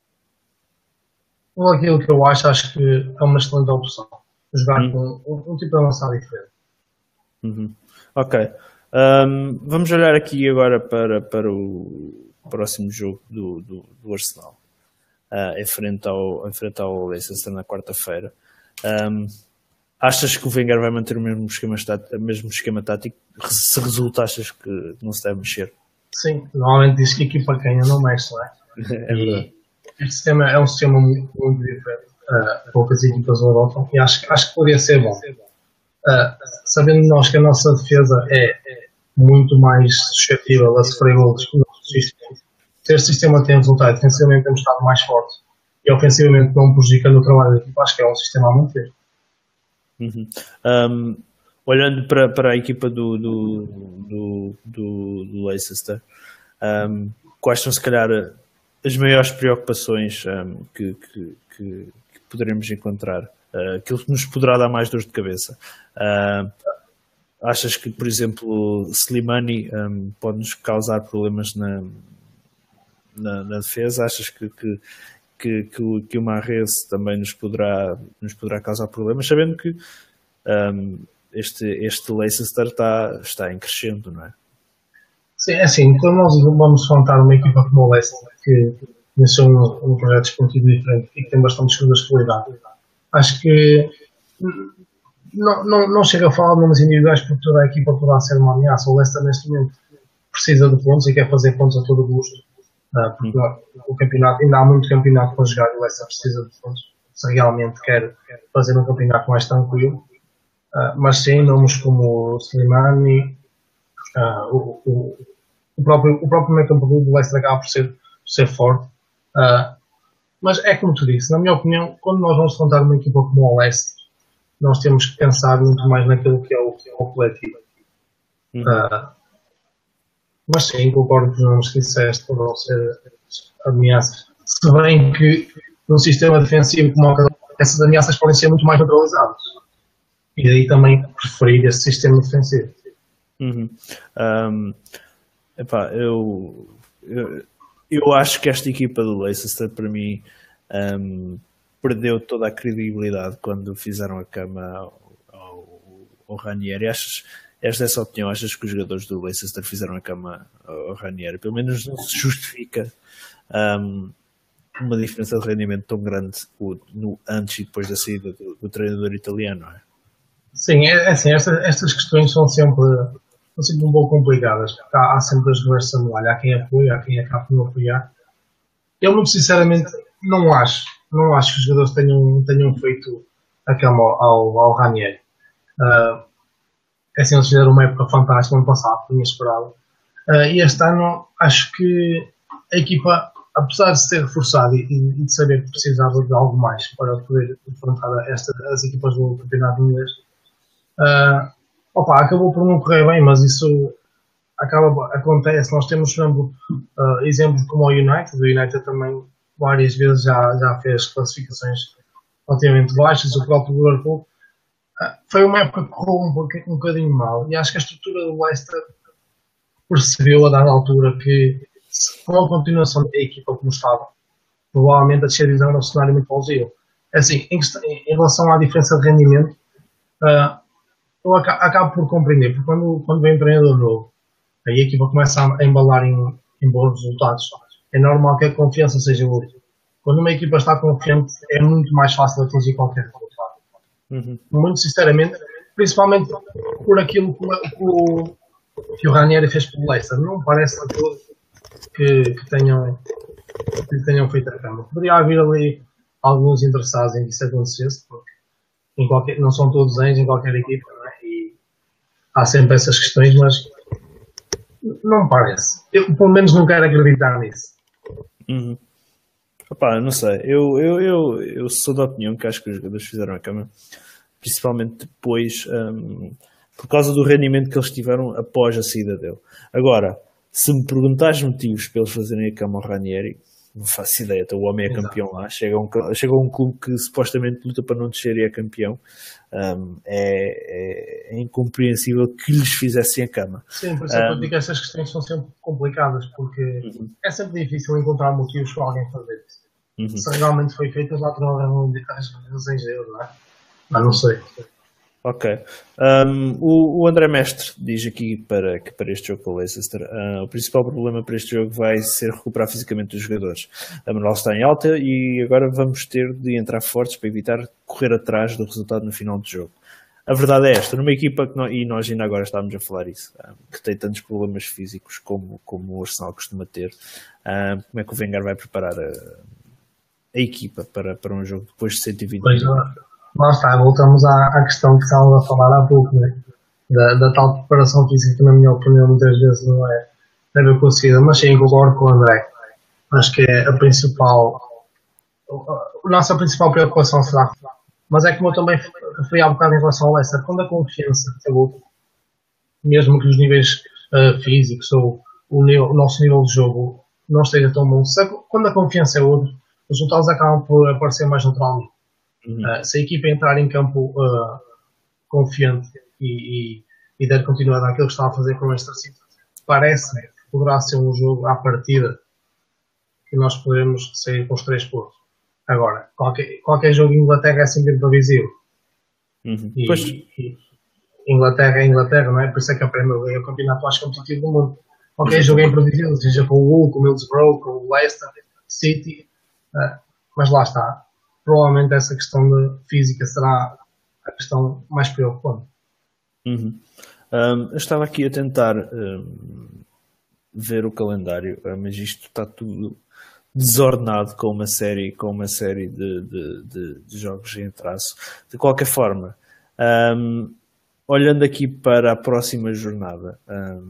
por aquilo que eu acho que é uma excelente opção. Jogar com um tipo de avançado diferente. Ok. Vamos olhar aqui agora para o próximo jogo do Arsenal. Em frente ao Leicester na quarta-feira. Achas que o Wenger vai manter o mesmo esquema tático? Se resulta, achas que não se deve mexer? Sim, normalmente diz que a equipa ganha não mexe, não é? É verdade. Este sistema é um sistema muito, muito diferente. Poucas equipas o adotam e acho que poderia ser bom. Sabendo nós que a nossa defesa é muito mais suscetível a sofrer golos que o nosso sistema. Se este sistema tem resultado, defensivamente temos estado mais forte e ofensivamente não prejudicando o trabalho da equipa, acho que é um sistema a manter. Olhando para a equipa do Leicester, quais são se calhar as maiores preocupações que poderemos encontrar? Aquilo que nos poderá dar mais dor de cabeça? Achas que, por exemplo, Slimani pode-nos causar problemas na defesa? Achas que o Mahrez também nos poderá causar problemas, sabendo que este Leicester está em crescendo, não é? Sim, é assim, quando nós vamos enfrentar uma equipa como o Leicester, que iniciou um projeto esportivo diferente e que tem bastante jogadores de qualidade, acho que não chega a falar de nomes individuais porque toda a equipa poderá ser uma ameaça. O Leicester neste momento precisa de pontos e quer fazer pontos a todo custo, porque o campeonato, ainda há muito campeonato para jogar e o Leicester precisa de pontos se realmente quer fazer um campeonato mais tranquilo. Mas sim, nomes como o Slimani, o próprio meio campo do Leicester acaba por ser forte. Mas é como tu disse, na minha opinião, quando nós vamos enfrentar uma equipa como o Leicester, nós temos que pensar muito mais naquilo que é o coletivo. Mas sim, concordo com os nomes que disseste, poderão ser ameaças. Se bem que num sistema defensivo como essas ameaças podem ser muito mais neutralizadas. E daí também preferir esse sistema defensivo. Eu acho que esta equipa do Leicester, para mim, perdeu toda a credibilidade quando fizeram a cama ao Ranieri. És dessa opinião? Achas que os jogadores do Leicester fizeram a cama ao Ranieri? Pelo menos não se justifica uma diferença de rendimento tão grande no antes e depois da saída do treinador italiano, não é? Sim, é assim, estas questões são sempre um pouco complicadas, porque há sempre as reversas da medalha, há quem apoia, há quem acaba por não apoiar. Eu, muito sinceramente, não acho que os jogadores tenham feito a cama ao Ranieri. É assim, eles fizeram uma época fantástica no ano passado, tinha esperado. E este ano, acho que a equipa, apesar de se ter reforçado e de saber que precisava de algo mais para poder enfrentar as equipas do campeonato inglês, acabou por não correr bem, mas isso acontece. Nós temos, por exemplo, exemplos como o United também várias vezes já fez classificações relativamente baixas. O próprio Liverpool foi uma época que correu um bocadinho mal, e acho que a estrutura do Leicester percebeu a dada altura que, com a continuação da equipa como estava, provavelmente a descer divisão era um cenário muito plausível. Assim, em relação à diferença de rendimento, eu acabo por compreender, porque quando vem um treinador novo, a equipa começa a embalar em bons resultados, é normal que a confiança seja útil. Quando uma equipa está confiante, é muito mais fácil atingir qualquer resultado. Muito sinceramente, principalmente por aquilo que o Ranieri fez pelo Leicester, não parece a todos que tenham feito a cama. Poderia haver ali alguns interessados em que isso acontecesse, porque não são todos em qualquer equipa, não é? E há sempre essas questões, mas não me parece. Eu, pelo menos, não quero acreditar nisso. Opá, não sei. Eu sou da opinião que acho que os jogadores fizeram a cama, principalmente depois, por causa do rendimento que eles tiveram após a saída dele. Agora, se me perguntares motivos para eles fazerem a cama ao Ranieri, não faço ideia. Então, o homem é campeão lá, chega a um clube que supostamente luta para não descer e é campeão. É incompreensível que lhes fizessem a cama. Sim, por isso é que eu digo que essas questões são sempre complicadas, porque é sempre difícil encontrar motivos para alguém fazer isso. Se realmente foi feito, eles lá terão as razões deles, não é? Mas não sei. Ok. O André Mestre diz aqui que para este jogo com o Leicester, o principal problema para este jogo vai ser recuperar fisicamente os jogadores. A moral está em alta e agora vamos ter de entrar fortes para evitar correr atrás do resultado no final do jogo. A verdade é esta, numa equipa e nós ainda agora estávamos a falar isso, que tem tantos problemas físicos como o Arsenal costuma ter, como é que o Wenger vai preparar a equipa para um jogo depois de 120 minutos? Lá está, voltamos à questão que estávamos a falar há pouco, né? da tal preparação física que, na minha opinião, muitas vezes não é bem conseguida, mas sim, concordo com o André. Acho que é a nossa principal preocupação será, mas é como eu também referi há bocado em relação ao Leicester, quando a confiança é outra, mesmo que os níveis físicos ou o nosso nível de jogo não esteja tão bom, quando a confiança é outra, os resultados acabam por aparecer mais naturalmente. Se a equipa entrar em campo confiante e der continuidade àquilo que estava a fazer com o Manchester City, parece que poderá ser um jogo à partida que nós poderemos sair com os 3 pontos. Agora, qualquer jogo em Inglaterra é sempre imprevisível. E Inglaterra é Inglaterra, não é? Por isso é que a Premier League é o campeonato mais competitivo do mundo. Qualquer jogo é imprevisível, seja com o Hull, com o Middlesbrough, com o Leicester City, mas lá está. Provavelmente essa questão de física será a questão mais preocupante. Eu estava aqui a tentar ver o calendário, mas isto está tudo desordenado com uma série de jogos em traço. De qualquer forma, olhando aqui para a próxima jornada,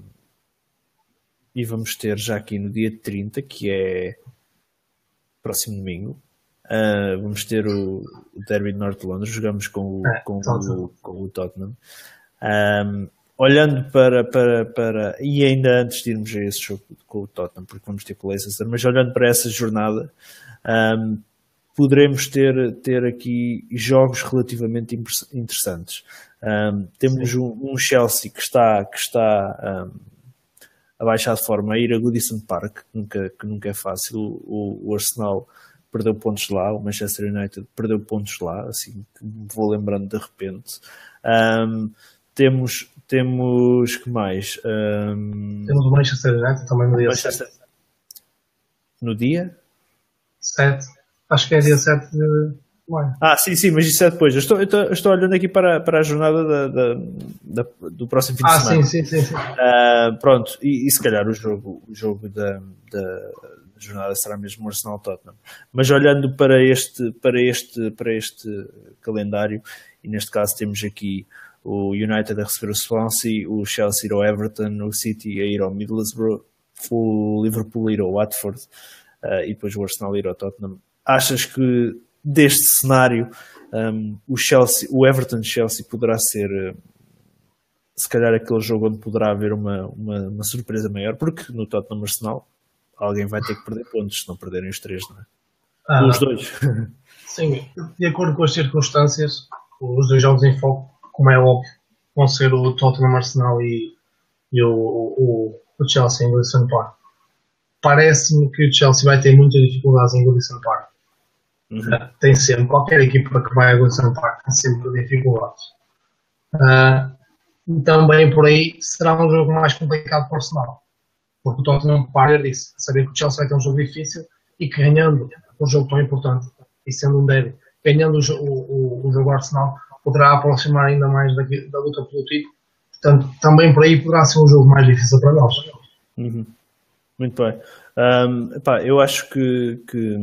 e vamos ter já aqui no dia 30, que é próximo domingo, vamos ter o Derby de Norte de Londres, jogamos com o Tottenham. Olhando para e ainda antes de irmos a esse jogo com o Tottenham, porque vamos ter com o Leicester, mas olhando para essa jornada, poderemos ter aqui jogos relativamente interessantes. Temos um Chelsea que está a baixar de forma, a ir a Goodison Park, que nunca é fácil. O Arsenal perdeu pontos lá, o Manchester United perdeu pontos lá, assim que me vou lembrando de repente. Temos que mais? Temos o Manchester United também no dia 7. no dia? 7. Acho que é dia 7 de maio. Sim, mas isso é depois. Eu estou olhando aqui para a jornada do próximo fim de semana. Sim. Pronto, e se calhar o jogo da jornada será mesmo o Arsenal-Tottenham. Mas olhando para este calendário, e neste caso temos aqui o United a receber o Swansea, o Chelsea ao Everton, o City a ir ao Middlesbrough, o Liverpool a ir ao Watford, e depois o Arsenal a ir ao Tottenham. Achas que deste cenário o Everton-Chelsea poderá ser se calhar aquele jogo onde poderá haver uma surpresa maior? Porque no Tottenham-Arsenal alguém vai ter que perder pontos se não perderem os 3, não é? Os 2. Sim, de acordo com as circunstâncias, os 2 jogos em foco, como é óbvio, vão ser o Tottenham-Arsenal e o Chelsea em Goodison Park. Parece-me que o Chelsea vai ter muitas dificuldades em Goodison Park. Tem sempre, qualquer equipa que vai a Goodison Park tem sempre dificuldades. Também por aí será um jogo mais complicado para o Arsenal, porque o Tottenham para disso, saber que o Chelsea vai ter um jogo difícil e que ganhando um jogo tão importante e sendo um derby, ganhando o jogo Arsenal, poderá aproximar ainda mais da luta pelo título. Portanto, também por aí poderá ser um jogo mais difícil para nós. Muito bem. Eu acho que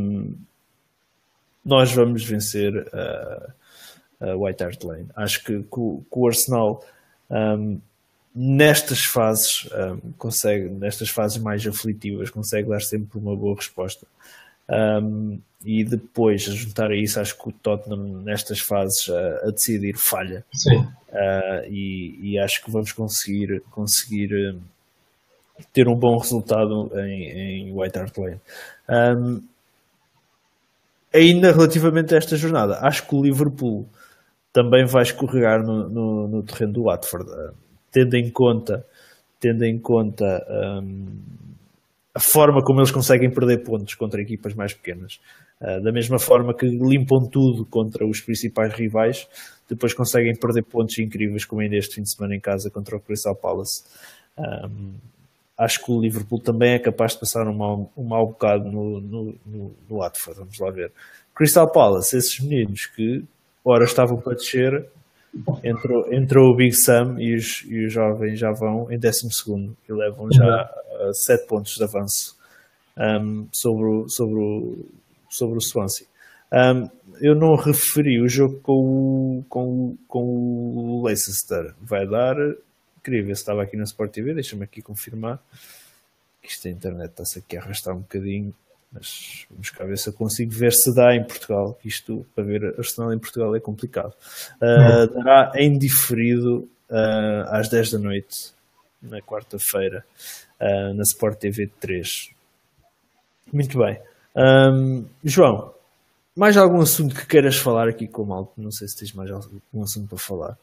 nós vamos vencer a White Hart Lane. Acho que o Arsenal nestas fases nestas fases mais aflitivas, consegue dar sempre uma boa resposta. E depois, a juntar a isso, acho que o Tottenham nestas fases a decidir falha. Sim. E acho que vamos conseguir ter um bom resultado em White Hart Lane. Ainda relativamente a esta jornada, acho que o Liverpool também vai escorregar no terreno do Watford, tendo em conta a forma como eles conseguem perder pontos contra equipas mais pequenas. Da mesma forma que limpam tudo contra os principais rivais, depois conseguem perder pontos incríveis, como ainda este fim de semana em casa contra o Crystal Palace. Acho que o Liverpool também é capaz de passar um mau bocado no Watford. Vamos lá ver. Crystal Palace, esses meninos que ora estavam para descer, entrou o Big Sam e os jovens já vão em 12º e levam já 7 pontos de avanço sobre o Swansea. Eu não referi o jogo com o Leicester. Vai dar... Queria ver se estava aqui na Sport TV, deixa-me aqui confirmar que isto a internet está-se aqui a arrastar um bocadinho, mas vamos cá ver se eu consigo ver se dá em Portugal, que isto para ver Arsenal em Portugal é complicado. Dará em diferido às 10 da noite na quarta-feira na Sport TV 3. Muito bem. João, mais algum assunto que queiras falar aqui com o Malto? Não sei se tens mais algum assunto para falar.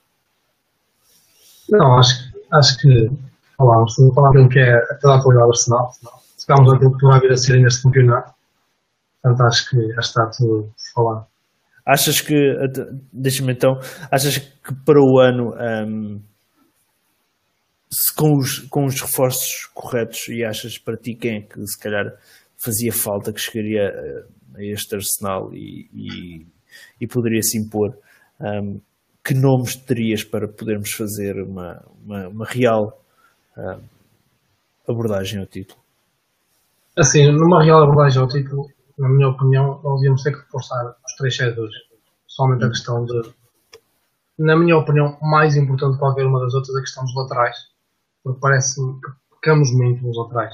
Não, acho que falámos bem que é toda a atualidade do Arsenal. Ficámos aquilo que vai vir a ser neste campeonato. Portanto, acho que já está tudo falado. Achas que, deixa-me então, achas que para o ano, com os reforços corretos, e achas para ti quem é que se calhar fazia falta, que chegaria a este Arsenal e poderia se impor, que nomes terias para podermos fazer uma real abordagem ao título? Assim, numa real abordagem ao título, na minha opinião, nós íamos ter que reforçar os 3 cedores. Somente a questão de, na minha opinião, mais importante que qualquer uma das outras, a questão dos laterais. Porque parece-me que pecamos muito nos laterais.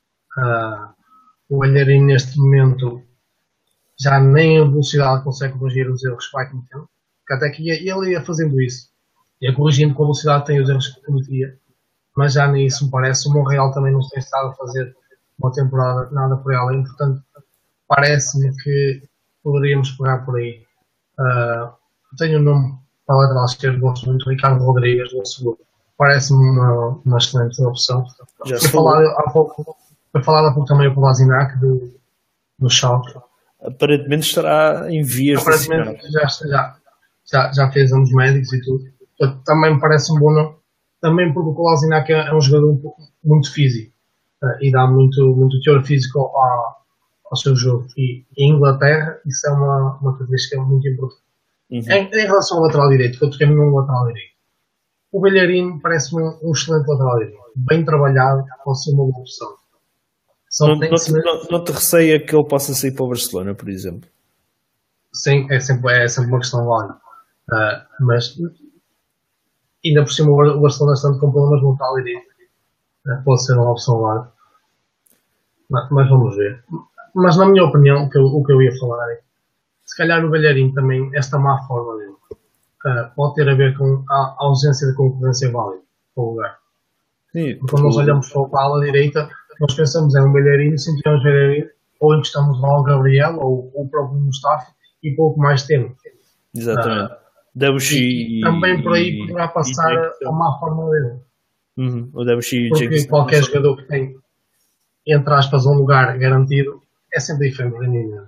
O Alheirinho, neste momento, já nem a velocidade consegue corrigir os erros que vai cometendo. Até que ele ia fazendo isso, ia corrigindo com a velocidade, tem os erros que cometia, mas já nem isso me parece. O Monreal também não tem estado a fazer uma temporada nada por ela, e portanto parece-me que poderíamos pegar por aí. Tenho um nome para a lateral esquerda, gosto muito, Ricardo Rodrigues, do Seguro. Parece-me uma excelente opção. Foi falado há pouco também o Kolasinac do Schalke. Aparentemente estará em vias de assinar. Já fez anos médicos e tudo. Também me parece um bom nome. Também porque o Kolasinac é um jogador muito físico. e dá muito teor físico ao seu jogo. E em Inglaterra, isso é uma característica muito importante. Em relação ao lateral direito, que eu toquei no lateral direito, o Bellerin parece-me um excelente lateral direito. Bem trabalhado, pode ser uma boa opção. Não te receia que ele possa sair para o Barcelona, por exemplo? Sim, é sempre uma questão válida. Mas ainda por cima o Barcelona estando com problemas no lateral direito, pode ser uma opção válida. Mas vamos ver. Mas na minha opinião, o que eu ia falar é, se calhar o Bellerin também, esta má forma dele, pode ter a ver com a ausência de concorrência válida para o lugar. Sim, quando nós olhamos para a ala direita, nós pensamos em um Bellerin, sentimos Bellerin, ou encostamos lá ao Gabriel, ou o próprio Mustafa, e pouco mais tempo. Exatamente. E também por aí poderá passar a má forma dele. O Debuchy porque qualquer jogador que tem, entre aspas, um lugar garantido, é sempre diferente do rendimento.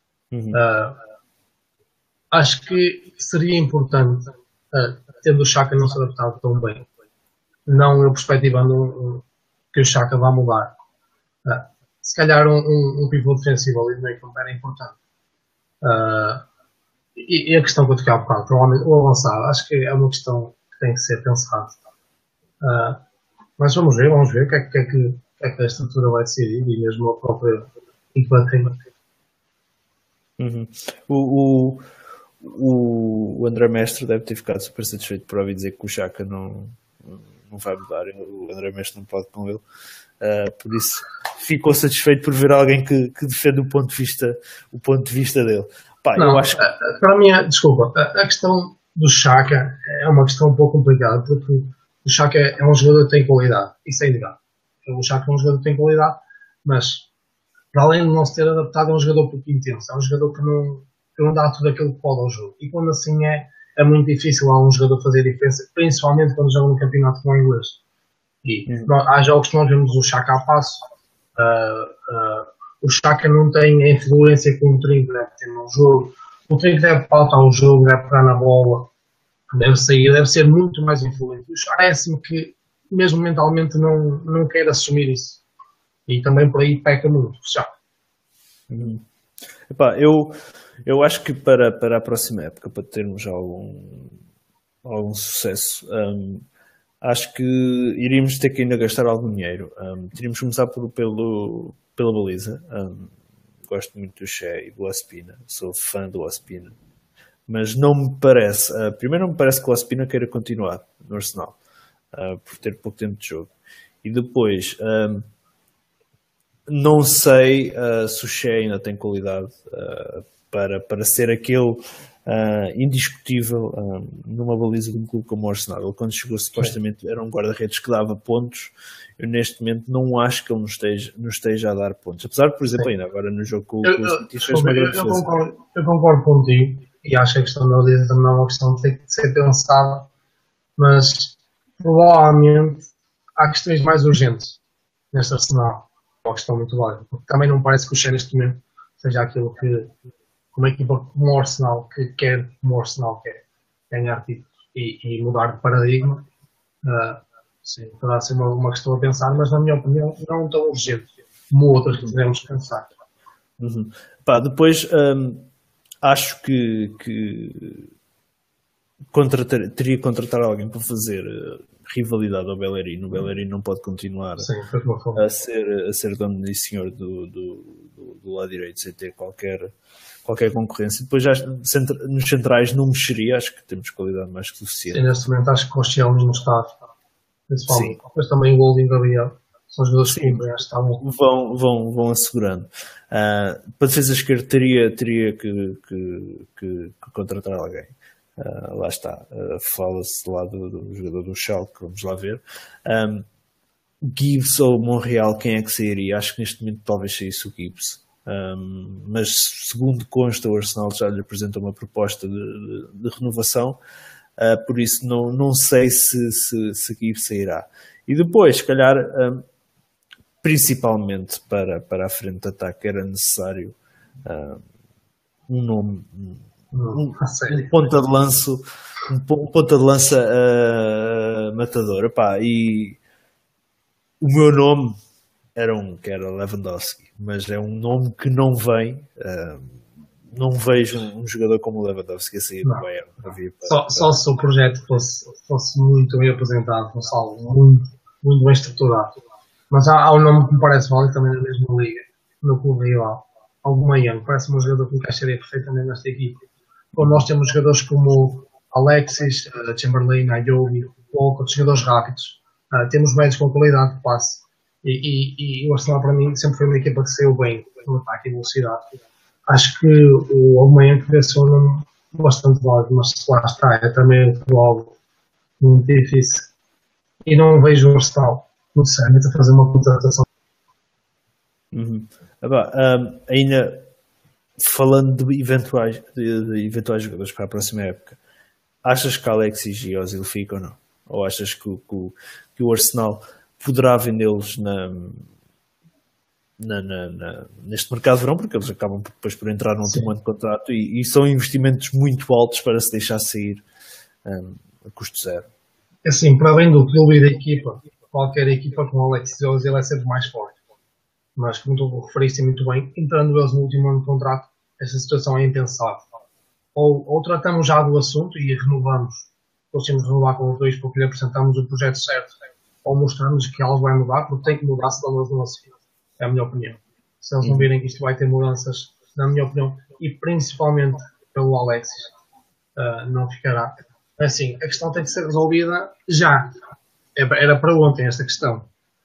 Acho que seria importante, tendo o Xhaka não se adaptado tão bem, não eu perspectivando que o Xhaka vá mudar. Se calhar um pivô defensivo ali no meio campo era importante. E a questão que eu toquei há bocado, provavelmente o avançado, acho que é uma questão que tem que ser pensada. Mas vamos ver o que é que a estrutura vai decidir e mesmo a própria equipa de treino. O André Mestre deve ter ficado super satisfeito por ouvir dizer que o Xhaka não vai mudar. O André Mestre não pode com ele. Por isso ficou satisfeito por ver alguém que defende o ponto de vista dele. Não, eu acho que... para mim, desculpa, a questão do Xhaka é uma questão um pouco complicada, porque o Xhaka é um jogador que tem qualidade, isso é inegável. O Xhaka é um jogador que tem qualidade, mas para além de não se ter adaptado, é um jogador pouco intenso, é um jogador que não dá tudo aquilo que pode ao jogo. E quando assim é muito difícil a um jogador fazer diferença, principalmente quando joga no campeonato com o inglês. E há jogos que nós vemos o Xhaka a passo, o Xhaka não tem a influência que o Trinco deve ter no jogo. O Trinco deve pautar o jogo, deve pegar na bola, deve sair, deve ser muito mais influente. Parece-me que, mesmo mentalmente, não quer assumir isso. E também por aí peca muito. Eu acho que para a próxima época, para termos algum sucesso, acho que iríamos ter que ainda gastar algum dinheiro. Teríamos que começar pela baliza. Gosto muito do Che e do Ospina, sou fã do Ospina, mas não me parece, primeiro não me parece que o Ospina queira continuar no Arsenal, por ter pouco tempo de jogo, e depois não sei se o Che ainda tem qualidade para ser aquele indiscutível numa baliza de um clube como o Arsenal. Ele, quando chegou, supostamente era um guarda-redes que dava pontos. Eu neste momento não acho que ele nos esteja a dar pontos, apesar de, por exemplo, ainda agora no jogo com o City fez uma grande diferença. Eu concordo contigo e acho que a questão da baliza também é uma questão que tem que ser pensada, mas provavelmente há questões mais urgentes neste Arsenal. É uma questão muito válida, porque também não parece que o Che neste momento seja aquilo que uma equipa como o Arsenal que quer, como o Arsenal quer ganhar títulos e mudar de paradigma. Sim, poderá ser uma questão a pensar, mas na minha opinião não tão urgente como outras que devemos pensar. Depois acho que teria que contratar alguém para fazer rivalidade ao Bellerin. O Bellerin não pode continuar a ser dono e senhor do lado direito sem ter qualquer concorrência. Depois já nos centrais não mexeria, acho que temos qualidade mais que suficiente. Sim, neste momento acho que o Costello não está, principalmente. Mas também o Golding e o Gabriel são os dois que vão assegurando. Para a defesa esquerda teria que contratar alguém. Lá está, fala-se lá do jogador do Schalke, vamos lá ver. Gibbs ou Monreal, quem é que sairia? Acho que neste momento talvez saísse o Gibbs. Mas segundo consta, o Arsenal já lhe apresentou uma proposta de renovação, por isso não sei se Gibbs sairá. E depois, se calhar, principalmente para a frente de ataque, era necessário um nome, um ponta de lança matador. E o meu nome que era Lewandowski, mas é um nome que não vem. Não vejo um jogador como o Lewandowski a sair do Bayern. Só se o projeto fosse muito bem apresentado, fosse algo muito bem estruturado. Mas há um nome que me parece válido também na mesma liga, no clube rival. Aubameyang parece-me um jogador que encaixaria perfeitamente nesta equipe. Quando nós temos jogadores como Alexis, Chamberlain, Ayobi, outros jogadores rápidos, temos médios com qualidade de passe. E o Arsenal, para mim, sempre foi uma equipa que saiu bem no ataque e velocidade. Acho que o Aubameyang deve ser um nome bastante válido, mas lá está, é também algo muito difícil. E não vejo o Arsenal, muito seriamente, a fazer uma contratação. Ainda falando de eventuais jogadores para a próxima época, achas que Alexis e Ozil ficam ou não? Ou achas que o Arsenal poderá vendê-los neste mercado de verão, porque eles acabam depois por entrar no último ano de contrato e são investimentos muito altos para se deixar sair a custo zero? Assim, para além do clube e da equipa, qualquer equipa com Alexis e Ozil é sempre mais forte. Mas, como tu referiste muito bem, entrando eles no último ano de contrato, esta situação é impensável. Ou tratamos já do assunto e renovamos, conseguimos renovar com os dois porque lhe apresentamos o projeto certo, ou mostramos que algo vai mudar, porque tem que mudar, senão eles não aceitam. É a minha opinião. Se eles não virem que isto vai ter mudanças, na minha opinião, e principalmente pelo Alexis, não ficará. Assim, a questão tem que ser resolvida já. Era para ontem esta questão.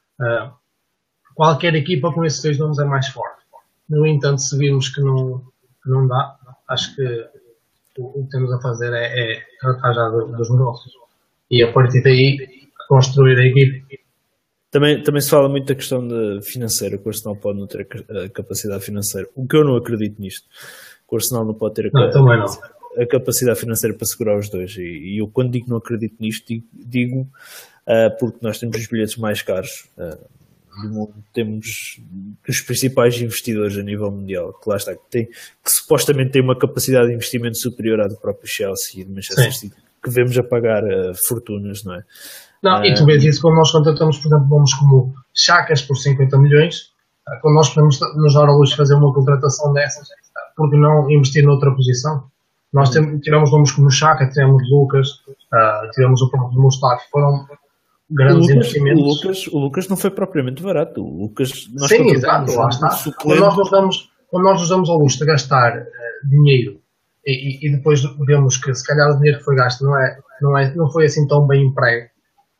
Qualquer equipa com esses dois nomes é mais forte. No entanto, se virmos que não dá, acho que o que temos a fazer é tratar já dos negócios. E a partir daí, construir a equipe. Também se fala muito da questão financeira, que o Arsenal pode não ter a capacidade financeira. O que eu não acredito nisto. Que o Arsenal não pode ter a capacidade financeira para segurar os dois. E eu, quando digo que não acredito nisto, digo porque nós temos os bilhetes mais caros do mundo. Temos os principais investidores a nível mundial, que lá está, que supostamente têm uma capacidade de investimento superior à do próprio Chelsea e do Manchester City, que vemos a pagar fortunas, não é? Não, e tu vês isso quando nós contratamos, por exemplo, nomes como Chakas por 50 milhões, quando nós podemos nos dar a luz de fazer uma contratação dessas, porque não investir noutra posição? Nós tivemos nomes como Chaka, tivemos Lucas, tivemos o próprio Mustafi, foram grandes investimentos. O Lucas não foi propriamente barato. O Lucas, sim, exato, lá está. Quando nós nos damos ao luxo de gastar dinheiro e depois vemos que se calhar o dinheiro que foi gasto não foi assim tão bem emprego,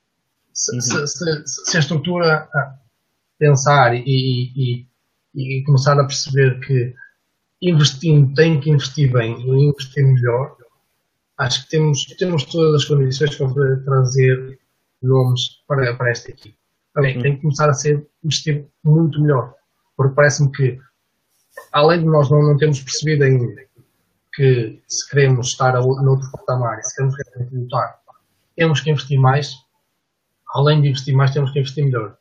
se a estrutura pensar e começar a perceber que investindo tem que investir bem e investir melhor, acho que temos todas as condições para poder trazer nomes para esta equipe. Tem que começar a ser investido muito melhor, porque parece-me que, além de nós não termos percebido ainda que se queremos estar noutro patamar e se queremos realmente lutar, temos que investir mais. Além de investir mais, temos que investir melhor.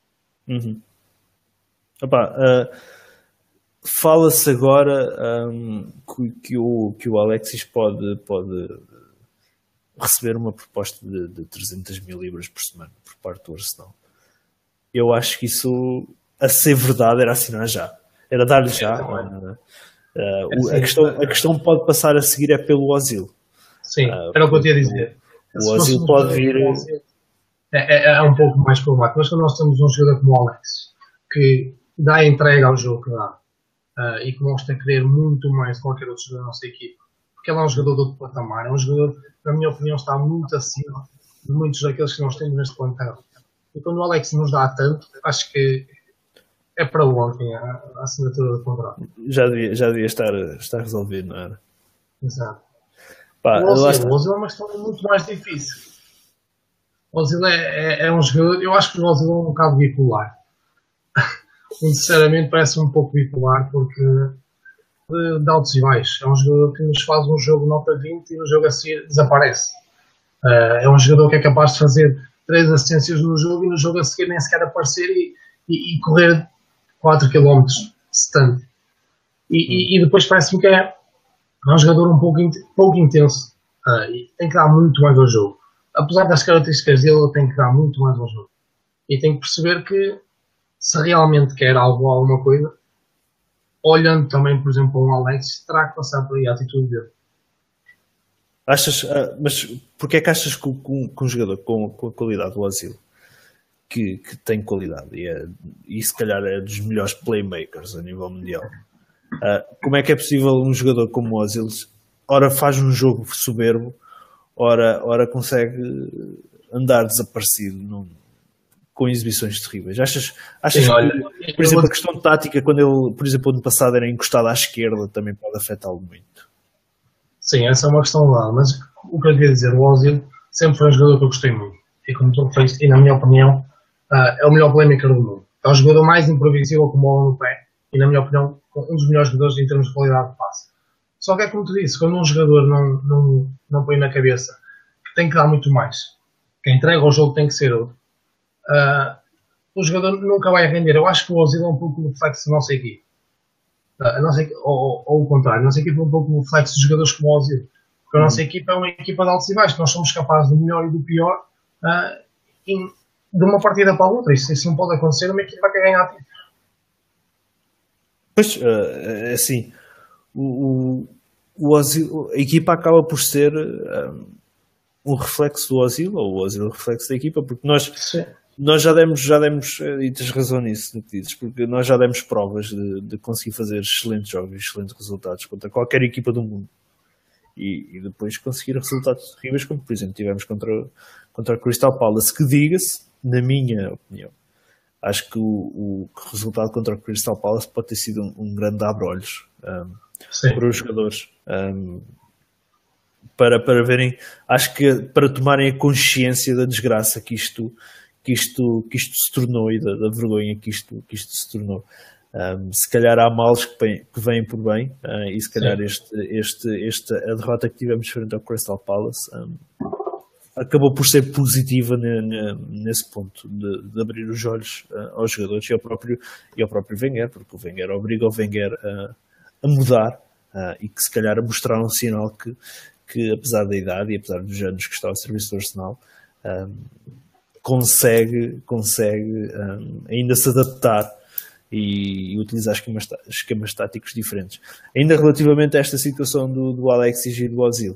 Fala-se agora que o Alexis pode receber uma proposta de 300 mil libras por semana por parte do Arsenal. Eu acho que isso, a ser verdade, era assinar já. Era dar-lhe já. A questão pode passar a seguir é pelo Ozil. Sim, era o que eu tinha a dizer. O Ozil pode vir... É um pouco mais problemático, mas quando nós temos um jogador como o Alex, que dá a entrega ao jogo que dá, e que mostra querer muito mais de qualquer outro jogador da nossa equipe, porque ele é um jogador de outro patamar, é um jogador que, na minha opinião, está muito acima de muitos daqueles que nós temos neste plantel. E quando o Alex nos dá tanto, acho que é para ontem a assinatura do contrato. Já devia estar resolvido, não era? Exato. O Ozil é uma questão muito mais difícil. O Ozil é um jogador, eu acho que o Ozil é um bocado bipolar. Sinceramente parece um pouco bipolar porque de altos e baixos. É um jogador que nos faz um jogo nota 20 e no jogo a seguir desaparece. É um jogador que é capaz de fazer 3 assistências no jogo e no jogo a seguir nem sequer aparecer e correr 4 km stand. E depois parece-me que é um jogador um pouco intenso e tem que dar muito mais ao jogo. Apesar das características dele, ele tem que dar muito mais ao jogo. E tem que perceber que se realmente quer alguma coisa, olhando também, por exemplo, para um Alex, terá que passar por aí a atitude dele. Mas porquê é que achas que um jogador com a qualidade do Ozil, que tem qualidade e se calhar é dos melhores playmakers a nível mundial, como é que é possível um jogador como o Ozil, ora faz um jogo soberbo, ora consegue andar desaparecido com exibições terríveis? Achas Sim, que, por exemplo, a questão de tática, quando ele, por exemplo, ano passado era encostado à esquerda, também pode afetá-lo muito? Sim, essa é uma questão lá, mas o que eu queria dizer, o Ozil sempre foi um jogador que eu gostei muito. E como tu fez, e na minha opinião, é o melhor playmaker do mundo. É o jogador mais imprevisível com bola no pé e, na minha opinião, um dos melhores jogadores em termos de qualidade de passe. Só que é como tu disse, quando um jogador não põe na cabeça que tem que dar muito mais, que a entrega ao jogo tem que ser outro, o jogador nunca vai render. Eu acho que o Ozil é um pouco o reflexo da nossa equipe. Ou o contrário, a nossa equipa é um pouco o reflexo dos jogadores como o Ozil. Porque a nossa equipa é uma equipa de altos e baixos. Nós somos capazes do melhor e do pior de uma partida para a outra. Isso não pode acontecer uma equipa que ganha a título. Pois, assim, o Ozil, a equipa acaba por ser um reflexo do Ozil, ou o Ozil reflexo da equipa, porque nós já demos, e tens razão nisso no que dizes, porque nós já demos provas de conseguir fazer excelentes jogos e excelentes resultados contra qualquer equipa do mundo. E depois conseguir resultados terríveis, como por exemplo tivemos contra o Crystal Palace, que diga-se, na minha opinião, acho que o resultado contra o Crystal Palace pode ter sido um grande abre-olhos para os jogadores. Para verem, acho que para tomarem a consciência da desgraça que isto se tornou e da vergonha que isto se tornou. Se calhar há males que vêm por bem, e se calhar a derrota que tivemos frente ao Crystal Palace acabou por ser positiva nesse ponto de abrir os olhos aos jogadores e ao próprio Wenger, porque o Wenger obriga o Wenger a mudar, e que se calhar a mostrar um sinal que apesar da idade e apesar dos anos que está ao serviço do Arsenal, consegue ainda se adaptar e utilizar esquemas táticos diferentes. Ainda relativamente a esta situação do Alexis e do Ozil,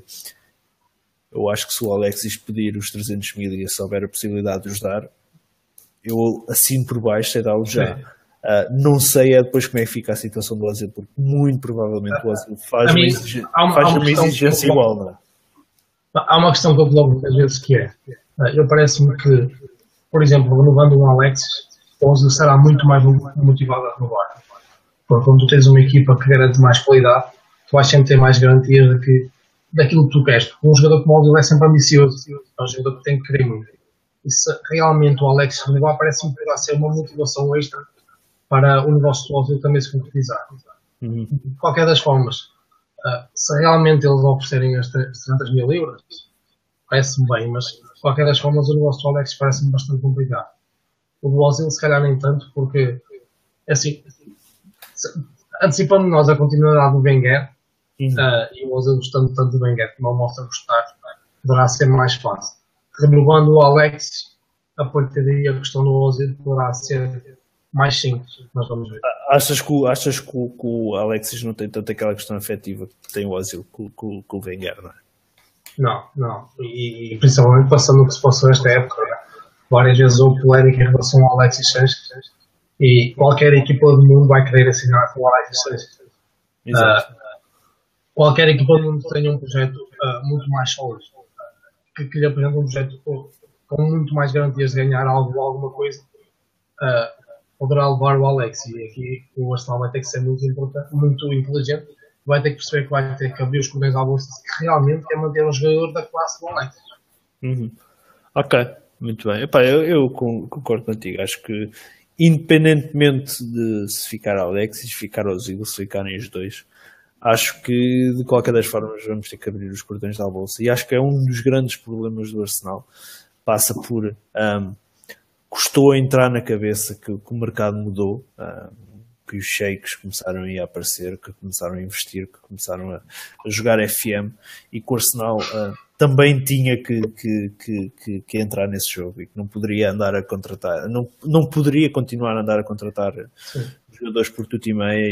eu acho que se o Alexis pedir os 300 mil e se houver a possibilidade de os dar, eu assino por baixo, sei dá-lo já. Não sei depois como é que fica a situação do Ozil, porque muito provavelmente o Ozil faz uma exigência igual, não é? Há uma questão que eu coloco muitas vezes que eu parece-me que, por exemplo, renovando um Alexis, o Ozil será muito mais motivado a renovar. Porque quando tu tens uma equipa que garante mais qualidade, tu vais sempre ter mais garantias daquilo que tu queres. Porque um jogador como o Ozil é sempre ambicioso, é um jogador que tem que querer muito. E se realmente o Alexis renovar, parece-me que vai ser uma motivação extra para o negócio do Ozil também se concretizar. De qualquer das formas, se realmente eles oferecerem as 300 mil libras, parece-me bem, mas de qualquer das formas o negócio do Alexis parece-me bastante complicado. O do Ozil se calhar nem tanto, porque assim, antecipando nós a continuidade do Wenger, e o Ozil gostando tanto do Wenger como ele mostra gostar, poderá ser mais fácil. Renovando o Alexis, a partir daí a questão do Ozil poderá ser mais simples, mas vamos ver. Achas que o Alexis não tem tanto aquela questão afetiva que tem o Ozil com o Wenger, não é? Não. E principalmente passando o que se passou esta época, várias vezes houve polémica em relação ao Alexis Sanchez e qualquer equipa do mundo vai querer assinar com o Alexis Sanchez. Qualquer equipa do mundo tenha um projeto muito mais sólido, que lhe apresenta um projeto com muito mais garantias de ganhar alguma coisa, poderá levar o Alex. E aqui o Arsenal vai ter que ser muito inteligente, vai ter que perceber que vai ter que abrir os cordões à bolsa que realmente quer manter um jogador da classe do Alex. Ok, muito bem. Epá, eu concordo contigo. Acho que independentemente de se ficar Alexis, se ficar Ozil, se ficarem os dois, acho que de qualquer das formas vamos ter que abrir os cordões da bolsa. E acho que é um dos grandes problemas do Arsenal. Passa por custou a entrar na cabeça que o mercado mudou, que os sheiks começaram a aparecer, que começaram a investir, que começaram a jogar FM, e que o Arsenal também tinha que entrar nesse jogo e que não poderia andar a contratar, não poderia continuar a andar a contratar jogadores por tudo e meia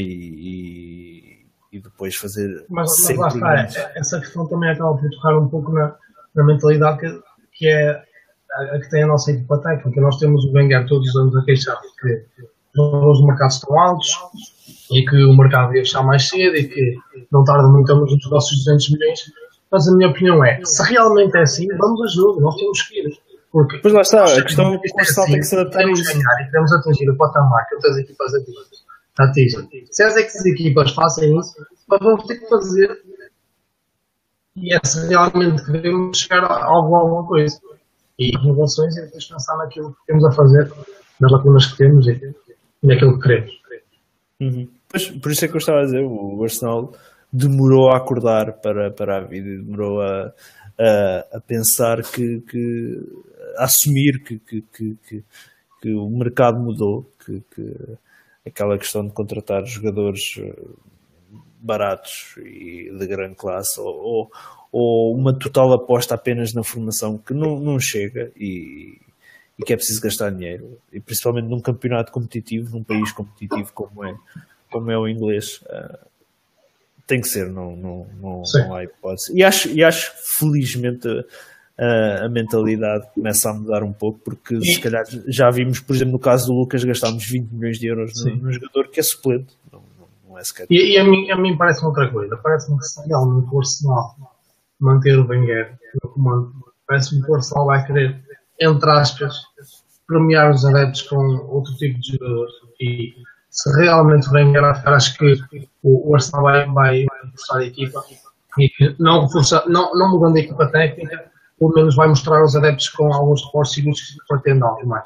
e depois fazer. Mas lá está, essa questão também acaba por tocar um pouco na mentalidade que é a que tem a nossa equipa técnica. Nós temos o Wenger todos os anos a queixar que os valores do mercado estão altos e que o mercado ia fechar mais cedo e que não tarda muito a nos negócios de 200 milhões. Mas a minha opinião é, se realmente é assim, vamos a jogo, nós temos que ir. Porque pois lá está, a questão é que o Arsenal tem que se adaptar a isso. Ganhar e queremos atingir o patamar que outras equipas atingem. Se as equipas fazem isso, nós vamos ter que fazer. E é se realmente queremos chegar a alguma coisa. E inovações e depois pensar naquilo que temos a fazer, nas lacunas que temos e naquilo que queremos. Pois, por isso é que eu estava a dizer, o Arsenal demorou a acordar para a vida, demorou a pensar a assumir que o mercado mudou, que aquela questão de contratar jogadores baratos e de grande classe ou uma total aposta apenas na formação que não chega e que é preciso gastar dinheiro, e principalmente num campeonato competitivo, num país competitivo como é o inglês. Tem que ser, não há hipótese. E acho felizmente a mentalidade começa a mudar um pouco, porque se calhar já vimos, por exemplo, no caso do Lucas, gastámos 20 milhões de euros num jogador que é suplente. Não é sequer. E a mim parece-me outra coisa. Parece-me que se realmente o Arsenal manter o Wenger no comando, parece-me que o Arsenal vai querer, entre aspas, premiar os adeptos com outro tipo de jogadores. E se realmente o Wenger acho que o Arsenal vai reforçar a equipa e não mudando a equipa técnica, pelo menos vai mostrar aos adeptos com alguns reforços que pretendem algo mais.